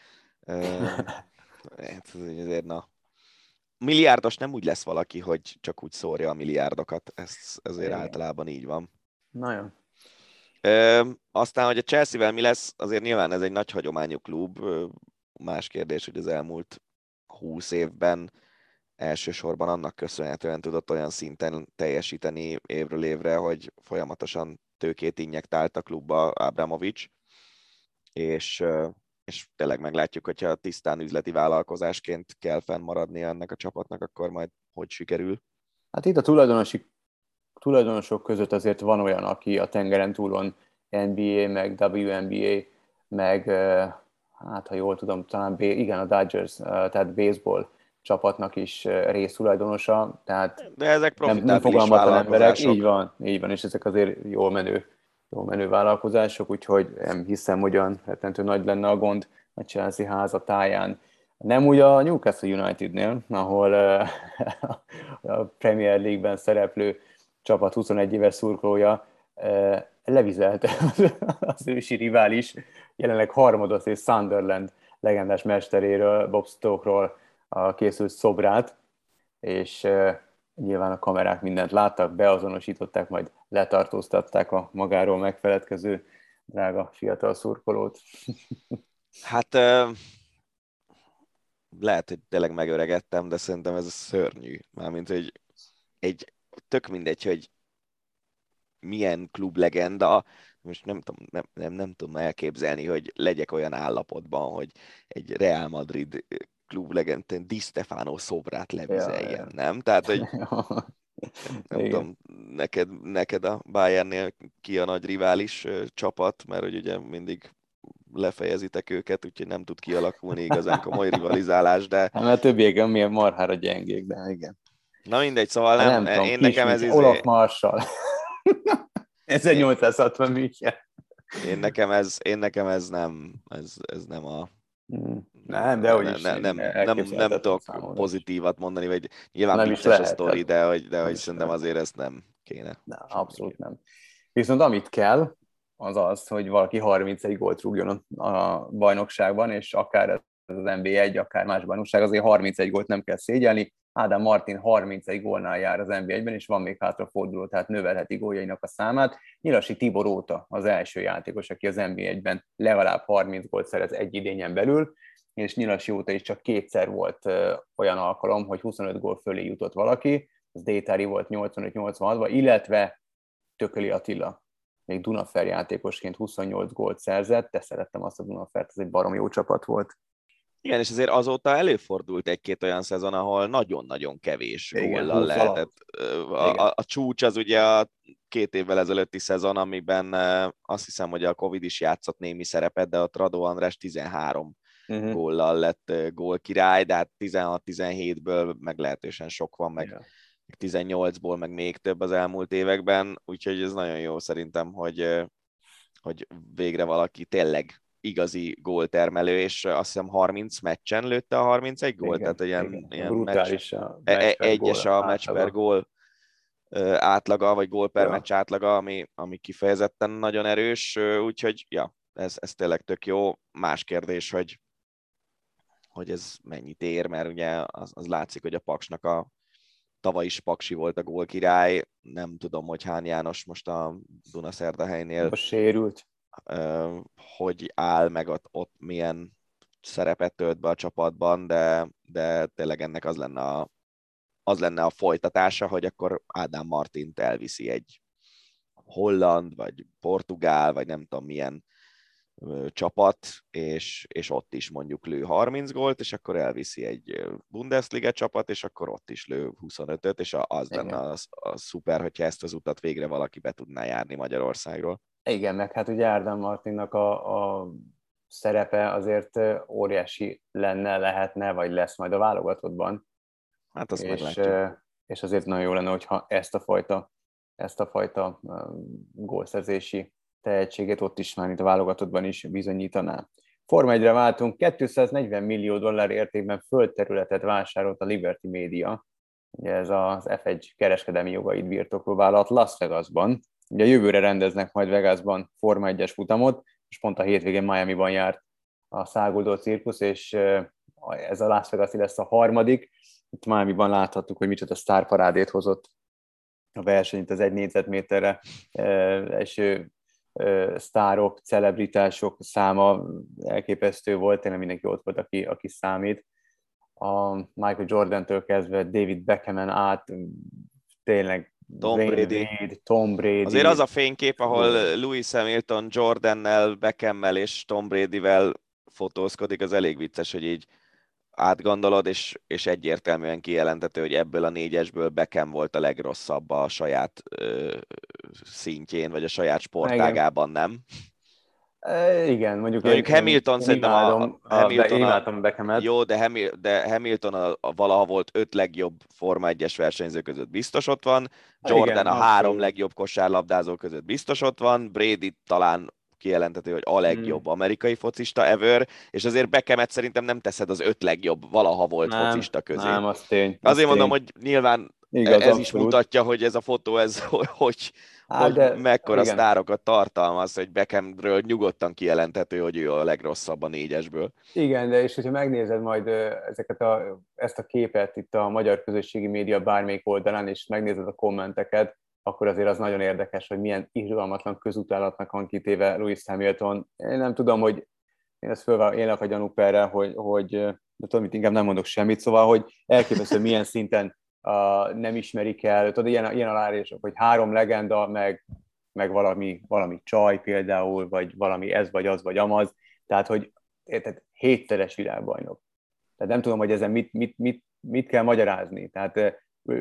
Ez azért, na. Milliárdos nem úgy lesz valaki, hogy csak úgy szórja a milliárdokat. Ez azért igen. Általában így van. Nagyon. Ö, aztán, hogy a Chelsea-vel mi lesz, azért nyilván ez egy nagy hagyományú klub. Más kérdés, hogy az elmúlt húsz évben elsősorban annak köszönhetően tudott olyan szinten teljesíteni évről évre, hogy folyamatosan tőkét injektált a klubba Abramovich, és, és tényleg meglátjuk, hogyha tisztán üzleti vállalkozásként kell fennmaradni ennek a csapatnak, akkor majd hogy sikerül. Hát itt a tulajdonosi tulajdonosok között azért van olyan, aki a tengeren túlon en bé á, meg dupla vé en bé á, meg hát ha jól tudom, talán igen, a Dodgers, tehát baseball csapatnak is résztulajdonosa, tehát de ezek nem, nem fogalmatlan emberek, így van, így van, és ezek azért jól menő, jól menő vállalkozások, úgyhogy nem hiszem, hogy olyan rettentő nagy lenne a gond a Chelsea háza táján. Nem úgy a Newcastle Unitednél, ahol a Premier League-ben szereplő csapat huszonegy éves szurkolója levizelte az ősi rivális, jelenleg harmados és Sunderland legendás mesteréről, Bob Stoke-ról készült szobrát, és nyilván a kamerák mindent láttak, beazonosították, majd letartóztatták a magáról megfeledkező drága fiatal szurkolót. Hát lehet, hogy tényleg megöregettem, de szerintem ez szörnyű. Mármint, hogy egy tök mindegy, hogy milyen klublegenda, most nem tudom, nem, nem, nem tudom elképzelni, hogy legyek olyan állapotban, hogy egy Real Madrid klublegend Di Stefano szobrát levizeljen, ja, ja. nem? Tehát, hogy nem igen. tudom, neked, neked a Bayernnél ki a nagy rivális csapat, mert hogy ugye mindig lefejezitek őket, úgyhogy nem tud kialakulni igazán komoly rivalizálás, de... Hát mert többiek milyen marhára gyengék, de igen. Na mindegy, szóval nem, nem tudom, én nekem ez... Izé... Olaf Marshall. ezernyolcszázhatvan München. Én nekem ez, én nekem ez nem, ez, ez nem a... Hmm. Nem, de hogy is nem, nem, nem, nem tudok pozitívat mondani, vagy nyilván vicces a sztori, de hogy, de hogy szerintem azért ezt nem kéne. Na, abszolút nem. Viszont amit kell, az az, hogy valaki harmincegy gólt rúgjon a bajnokságban, és akár ez az en bé egy, akár más bajnokság, azért harmincegy gólt nem kell szégyelni. Ádám Martin harmincegy gólnál jár az en bé egyben, és van még hátraforduló, tehát növelheti góljainak a számát. Nyilasi Tibor óta az első játékos, aki az en bé egyben legalább harminc gólt szerez egy idényen belül, és Nyilasi óta is csak kétszer volt olyan alkalom, hogy huszonöt gól fölé jutott valaki, az Détári volt nyolcvanöt nyolcvanhatban, illetve Tököli Attila, még Dunafer játékosként huszonnyolc gólt szerzett, de szerettem azt a Dunafert, ez egy barom jó csapat volt. Igen, és azért azóta előfordult egy-két olyan szezon, ahol nagyon-nagyon kevés góllal lehetett. A, a, a csúcs az ugye a két évvel ezelőtti szezon, amiben azt hiszem, hogy a Covid is játszott némi szerepet, de ott Radó András tizenhárom uh-huh. góllal lett gólkirály, de hát tizenhat-tizenhétből meglehetősen sok van, meg yeah. tizennyolcból meg még több az elmúlt években, úgyhogy ez nagyon jó szerintem, hogy, hogy végre valaki tényleg igazi góltermelő, és azt hiszem harminc meccsen lőtte a harmincegy gólt, igen, tehát ilyen, igen. ilyen brutális meccs, a meccs per egyes gól a meccs per gól átlaga, vagy gól per ja. meccs átlaga, ami, ami kifejezetten nagyon erős, úgyhogy ja, ez, ez tényleg tök jó. Más kérdés, hogy, hogy ez mennyit ér, mert ugye az, az látszik, hogy a Paksnak a tavaly is Paksi volt a gólkirály, nem tudom, hogy Hán János most a Dunaszerdahelynél most sérült. hogy áll, meg ott, ott milyen szerepet tölt be a csapatban, de, de tényleg ennek az lenne, a, az lenne a folytatása, hogy akkor Ádám Martint elviszi egy holland, vagy portugál, vagy nem tudom milyen ö, csapat, és, és ott is mondjuk lő harminc gólt, és akkor elviszi egy Bundesliga csapat, és akkor ott is lő huszonötöt, és az igen. lenne a, a szuper, hogyha ezt az utat végre valaki be tudná járni Magyarországról. Igen, meg hát ugye Ádám Martinnak a, a szerepe azért óriási lenne, lehetne, vagy lesz majd a válogatottban. Hát azt és, meglátjuk. És azért nagyon jó lenne, hogyha ezt a fajta, ezt a fajta gólszerzési tehetségét ott is már, mint a válogatottban is bizonyítaná. Forma egyre váltunk, kétszáznegyven millió dollár értékben földterületet vásárolt a Liberty Media. Ugye ez az ef egy kereskedelmi jogait birtokló vállalat Las Vegasban. Ugye jövőre rendeznek majd Vegasban Forma egyes futamot, és pont a hétvégén Miamiban járt a száguldó cirkusz, és ez a Las Vegas lesz a harmadik. Itt Miamiban láthattuk, hogy micsoda sztárparádét hozott a versenyt az egy négyzetméterre eső sztárok, celebritások száma elképesztő volt, tényleg mindenki ott volt, aki, aki számít. A Michael Jordan-től kezdve David Beckhamen át, tényleg Tom Brady. Reed, Tom Brady. Azért az a fénykép, ahol Lewis Hamilton Jordannel, Beckham-mel és Tom Bradyvel fotózkodik, az elég vicces, hogy így átgondolod, és, és egyértelműen kijelentető, hogy ebből a négyesből Beckham volt a legrosszabb a saját ö, szintjén, vagy a saját sportágában, nem? E, igen, mondjuk, mondjuk én, Hamilton én szerintem a, imádom, a Hamilton a, a, a Beckhamet. jó, de, Hamil, de Hamilton a, a valaha volt öt legjobb Forma egyes versenyző között biztos ott van, Jordan igen, a abszolút. három legjobb kosárlabdázó között biztos ott van, Brady talán kijelenthető, hogy a legjobb hmm. amerikai focista ever, és azért Beckhamet szerintem nem teszed az öt legjobb valaha volt nem, focista közé. Nem, az tény. Az azért tény. mondom, hogy nyilván igaz, ez abszolút. Is mutatja, hogy ez a fotó, ez hogy, Á, hogy de, mekkora igen. sztárokat tartalmaz, hogy Beckhamről nyugodtan kijelenthető, hogy ő a legrosszabb a négyesből. Igen, de és hogyha megnézed majd ezeket a, ezt a képet itt a magyar közösségi média bármelyik oldalán, és megnézed a kommenteket, akkor azért az nagyon érdekes, hogy milyen irgalmatlan közutálatnak van kitéve Lewis Hamilton. Én nem tudom, hogy én ezt fölvállalok a gyanúk erre, hogy, hogy de tudom, inkább nem mondok semmit, szóval, hogy elképesztő, milyen szinten uh, nem ismerik el, tudod, ilyen, ilyen alárésok, hogy három legenda, meg, meg valami, valami csaj például, vagy valami ez, vagy az, vagy amaz, tehát, hogy érted, hétszeres világbajnok. Tehát nem tudom, hogy ezen mit, mit, mit, mit kell magyarázni. Tehát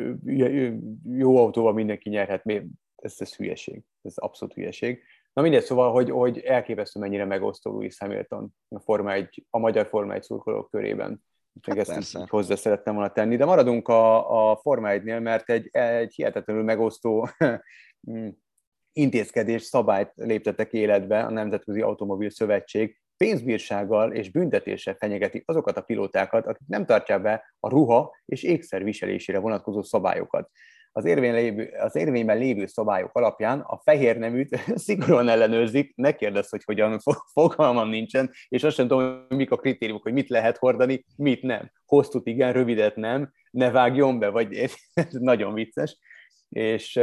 jó autóval mindenki nyerhet, ez, ez hülyeség, ez abszolút hülyeség. Na mindegy, szóval, hogy, hogy elképesztő mennyire megosztó Lewis Hamilton a, Forma egy, a magyar Forma egy szurkolók körében. Hát ezt így, így hozzá szerettem volna tenni. De maradunk a, a Forma egynél, mert egy, egy hihetetlenül megosztó intézkedés, szabályt léptettek életbe a Nemzetközi Automobil Szövetség, pénzbírsággal és büntetéssel fenyegeti azokat a pilótákat, akik nem tartják be a ruha és ékszer viselésére vonatkozó szabályokat. Az, érvény lévő, az érvényben lévő szabályok alapján a fehér neműt szigorúan ellenőrzik, ne kérdezz, hogy hogyan, fogalmam nincsen, és azt sem tudom, hogy mik a kritériumok, hogy mit lehet hordani, mit nem. Hosszút igen, rövidet nem, ne vágjon be, vagy ez nagyon vicces. És,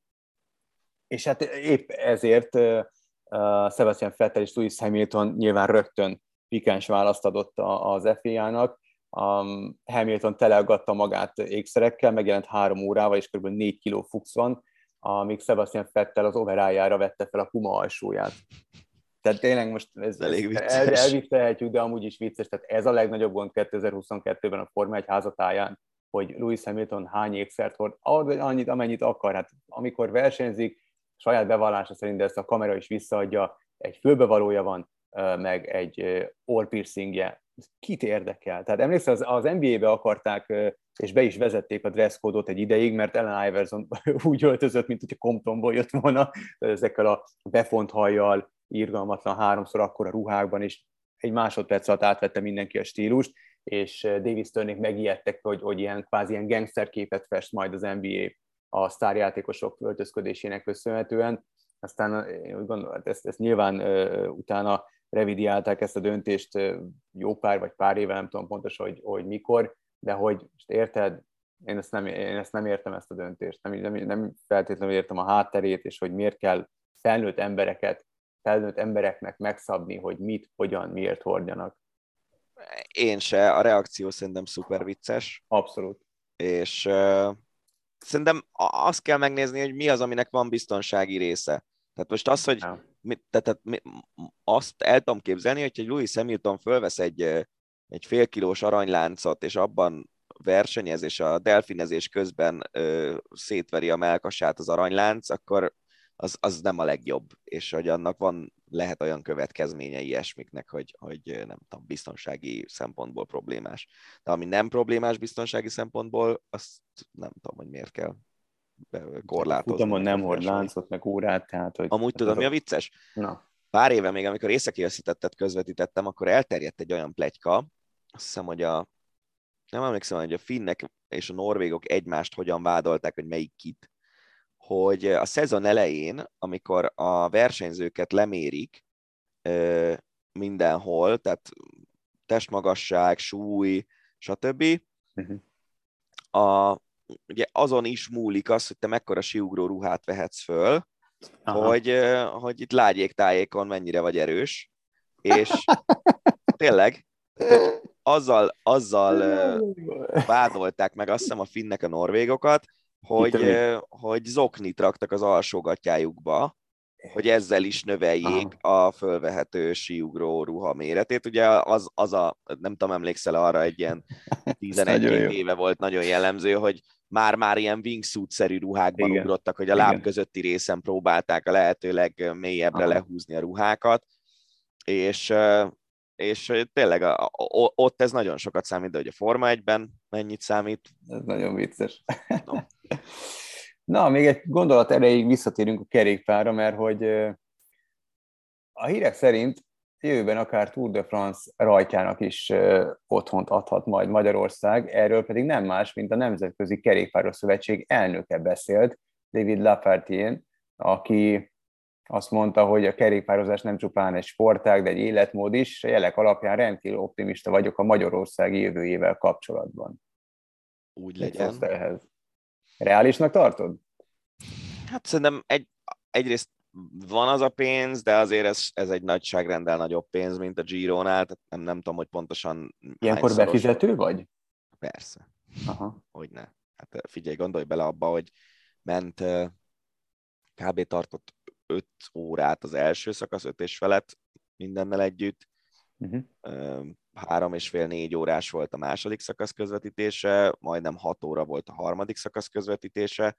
és hát épp ezért Uh, Sebastian Vettel és Lewis Hamilton nyilván rögtön pikáns választ adott az ef i á-nak. Um, Hamilton teleaggatta magát ékszerekkel, megjelent három órával, és kb. négy kiló fux van, amíg Sebastian Vettel az overájára vette fel a Puma alsóját. Tehát tényleg most ez, elég el, elviccelhetjük, de amúgy is vicces. Tehát ez a legnagyobb gond kétezer-huszonkettőben a Forma egy házatáján, hogy Lewis Hamilton hány ékszert hord, annyit, amennyit akar. Hát amikor versenyzik, saját bevallása szerint, de ezt a kamera is visszaadja, egy fülbevalója van, meg egy orrpiercingje. Kit érdekel? Tehát emlékszel, az, az en bé á-be akarták, és be is vezették a dresscode-ot egy ideig, mert Allen Iverson úgy öltözött, mint hogyha Comptonból jött volna, ezekkel a befont hajjal, irgalmatlan háromszor akkora ruhákban, és egy másodperc alatt átvette mindenki a stílust, és Davis Turnék megijedtek, hogy, hogy ilyen kvázi ilyen gangster képet fest majd az en bé á a sztárjátékosok öltözködésének köszönhetően. Aztán én úgy gondolom, ezt, ezt nyilván uh, utána revidiálták ezt a döntést uh, jó pár vagy pár éve, nem tudom pontosan, hogy, hogy mikor, de hogy most érted, én ezt, nem, én ezt nem értem, ezt a döntést. Nem, nem, nem feltétlenül értem a hátterét, és hogy miért kell felnőtt embereket, felnőtt embereknek megszabni, hogy mit, hogyan, miért hordjanak. Én se, a reakció szerintem szuper vicces. Abszolút. És uh... szerintem azt kell megnézni, hogy mi az, aminek van biztonsági része. Tehát most az, hogy mi, tehát, mi, azt el tudom képzelni, hogy egy Lewis Hamilton fölvesz egy, egy fél kilós aranyláncot, és abban versenyez, és a delfinezés közben ö, szétveri a mellkasát az aranylánc, akkor az, az nem a legjobb. És hogy annak van, lehet olyan következménye ilyesmiknek, hogy, hogy nem tudom, biztonsági szempontból problémás. De ami nem problémás biztonsági szempontból, azt nem tudom, hogy miért kell korlátozni. Futamon nem hord láncot, meg órát. Tehát, hogy amúgy tudom, mi a vicces? Na. Pár éve még, amikor északi összetettet közvetítettem, akkor elterjedt egy olyan pletyka, azt hiszem, hogy a nem emlékszem, hogy a finnek és a norvégok egymást hogyan vádolták, hogy melyik kit, hogy a szezon elején, amikor a versenyzőket lemérik ö, mindenhol, tehát testmagasság, súly, stb. Uh-huh. A, ugye azon is múlik az, hogy te mekkora siugró ruhát vehetsz föl, hogy, hogy itt lágyéktájékon mennyire vagy erős, és tényleg azzal, azzal vádolták meg azt hiszem a finnek a norvégokat, hogy, hogy zoknit raktak az alsógatjájukba, hogy ezzel is növeljék Aha. a fölvehető síugró ruha méretét. Ugye az, az a, nem tudom, emlékszel arra, egy ilyen tizenegy-két éve volt nagyon jellemző, hogy már-már ilyen wingsuit-szerű ruhákban Igen. ugrottak, hogy a láb Igen. közötti részen próbálták a lehető legmélyebbre Aha. lehúzni a ruhákat, és, és tényleg a, a, ott ez nagyon sokat számít, de hogy a Forma egyben mennyit számít? Ez nagyon vicces. No. Na, még egy gondolat erejéig visszatérünk a kerékpárra, mert hogy a hírek szerint jövőben akár Tour de France rajtjának is otthont adhat majd Magyarország, erről pedig nem más, mint a Nemzetközi Kerékpáros Szövetség elnöke beszélt, David Lafartien, aki azt mondta, hogy a kerékpározás nem csupán egy sportág, de egy életmód is. A jelek alapján rendkívül optimista vagyok a magyarországi jövőjével kapcsolatban. Úgy legyen. Ehhez. Reálisnak tartod? Hát szerintem egy, egyrészt van az a pénz, de azért ez, ez egy nagyságrendel nagyobb pénz, mint a Gironál, tehát nem, nem tudom, hogy pontosan... Ilyenkor befizető vagy? Persze. Aha. Hogyne. Hát figyelj, gondolj bele abba, hogy ment kb. Tartott öt órát az első szakasz, öt és felett mindennel együtt. Uh-huh. Három és fél, négy órás volt a második szakasz közvetítése, majdnem hat óra volt a harmadik szakasz közvetítése.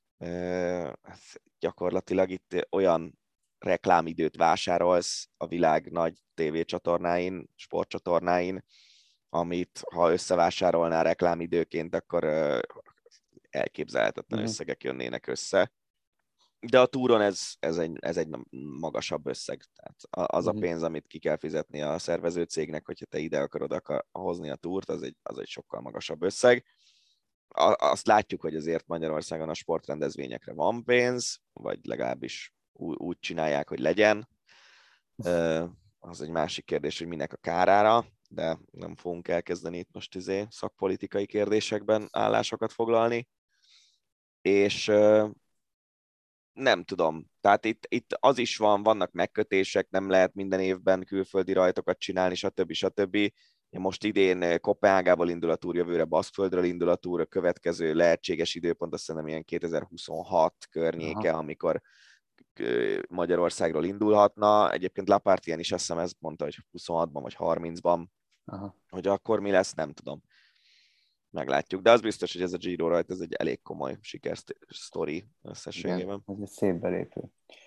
Gyakorlatilag itt olyan reklámidőt vásárolsz a világ nagy tévécsatornáin, sportcsatornáin, amit ha összevásárolnál reklámidőként, akkor elképzelhetetlen összegek jönnének össze. De a túron ez, ez, egy, ez egy magasabb összeg. Tehát az a pénz, amit ki kell fizetni a szervező cégnek, hogyha te ide akarod akar hozni a túrt, az egy, az egy sokkal magasabb összeg. Azt látjuk, hogy azért Magyarországon a sportrendezvényekre van pénz, vagy legalábbis úgy csinálják, hogy legyen. Az egy másik kérdés, hogy minek a kárára, de nem fogunk elkezdeni itt most izé szakpolitikai kérdésekben állásokat foglalni. És nem tudom. Tehát itt, itt az is van, vannak megkötések, nem lehet minden évben külföldi rajtokat csinálni, stb. stb. Most idén Kopenhágából indul a túr, jövőre Baszkföldről indul a túr, a következő lehetséges időpont azt hiszem ilyen kétezer-huszonhat környéke, Aha. amikor Magyarországról indulhatna. Egyébként Lapartien is azt hiszem ezt mondta, hogy huszonhatban vagy harmincban, Aha. hogy akkor mi lesz, nem tudom. Meglátjuk, de az biztos, hogy ez a Giro rajt, ez egy elég komoly sikersztori összességében. Igen, ez egy szép belépő.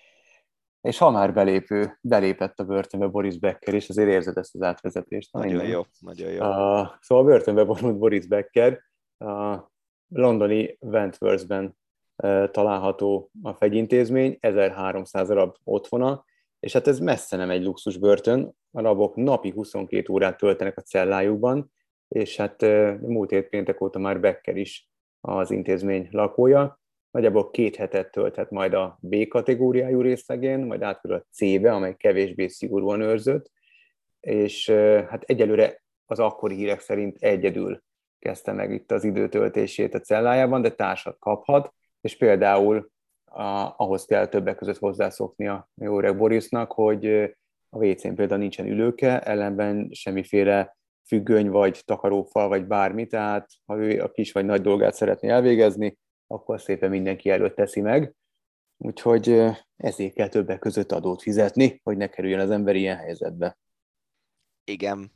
És ha már belépő, belépett a börtönbe Boris Becker, és azért érzed ezt az átvezetést. Nagyon minden. jó, nagyon jó. Uh, szóval a börtönbe vonult Boris Becker, a londoni Wentworthben uh, található a fegyintézmény, ezerháromszáz darab otthona, és hát ez messze nem egy luxus börtön, a rabok napi huszonkét órát töltenek a cellájukban, és hát uh, múlt hét péntek óta már Becker is az intézmény lakója. Nagyjából két hetet tölthet majd a B kategóriájú részlegén, majd átkerül a C-be, amely kevésbé szigorúan őrzött, és hát egyelőre az akkori hírek szerint egyedül kezdte meg itt az időtöltését a cellájában, de társat kaphat, és például a, ahhoz kell többek között hozzászokni a jó öreg Borisnak, hogy a vécén például nincsen ülőke, ellenben semmiféle függöny, vagy takarófal, vagy bármi, tehát ha ő a kis vagy nagy dolgát szeretné elvégezni, akkor szépen mindenki előtt teszi meg. Úgyhogy ezért kell többek között adót fizetni, hogy ne kerüljön az ember ilyen helyzetbe. Igen.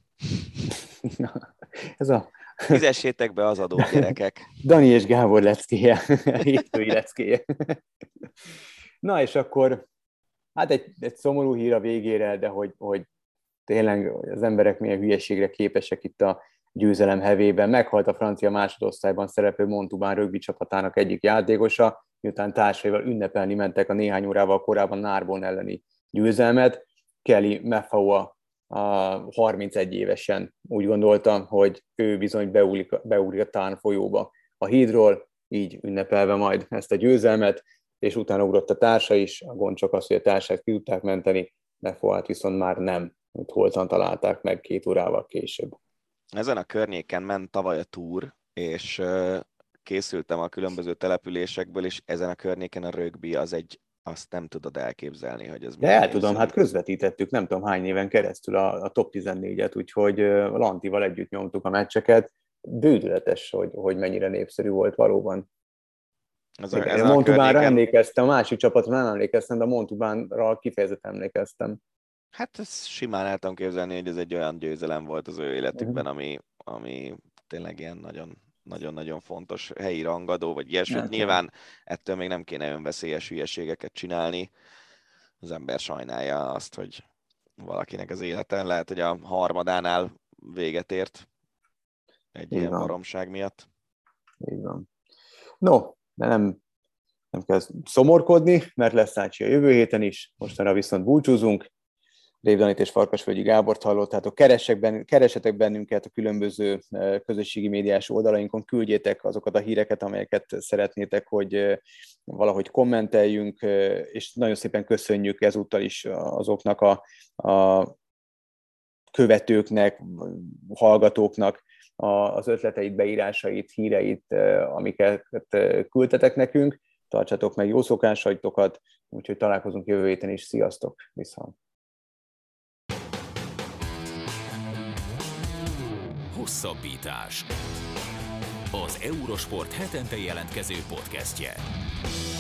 Na, ez a... Fizessétek be az adót, gyerekek. Dani és Gábor leckéje, hétfői leckéje. Na és akkor, hát egy, egy szomorú hír a végére, de hogy, hogy tényleg az emberek milyen hülyeségre képesek itt a győzelem hevében. Meghalt a francia másodosztályban szereplő Montauban rögbi csapatának egyik játékosa, miután társaival ünnepelni mentek a néhány órával korábban Narbonne elleni győzelmet. Kelly Meffaua a harmincegy évesen úgy gondolta, hogy ő bizony beúlik, beúlik a Tarn folyóba a hídról, így ünnepelve majd ezt a győzelmet, és utána ugrott a társa is, a gond csak az, hogy a társát ki tudták menteni, Meffauát viszont már nem, hogy holtan találták meg két órával később. Ezen a környéken ment tavaly a túr, és készültem a különböző településekből, és ezen a környéken a rögbi az egy, azt nem tudod elképzelni, hogy ez... De el tudom, hát közvetítettük nem tudom hány éven keresztül a, a top tizennégyet, úgyhogy Lantival együtt nyomtuk a meccseket. Bődületes, hogy, hogy mennyire népszerű volt valóban. Ez a, ez a Montaubanra emlékeztem, a másik csapatra nem emlékeztem, de a Montaubanra kifejezetten emlékeztem. Hát ezt simán el tudom képzelni, hogy ez egy olyan győzelem volt az ő életükben, uh-huh. ami, ami tényleg ilyen nagyon, nagyon-nagyon fontos helyi rangadó, vagy ilyesmi. Hát, nyilván ettől még nem kéne önveszélyes hülyeségeket csinálni. Az ember sajnálja azt, hogy valakinek az életen lehet, hogy a harmadánál véget ért egy Így ilyen van. baromság miatt. Így van. No, de nem, nem kell szomorkodni, mert lesz Ácsi a jövő héten is, mostanra viszont búcsúzunk. Rév Danit és Farkasvölgyi Gábort hallottátok. Ben, keresetek bennünket a különböző közösségi médiás oldalainkon, küldjétek azokat a híreket, amelyeket szeretnétek, hogy valahogy kommenteljünk, és nagyon szépen köszönjük ezúttal is azoknak a, a követőknek, hallgatóknak az ötleteit, beírásait, híreit, amiket küldtetek nekünk. Tartsatok meg jó szokásaitokat, úgyhogy találkozunk jövő héten is. Sziasztok! Viszont! Hosszabbítás. Az Eurosport hetente jelentkező podcastje.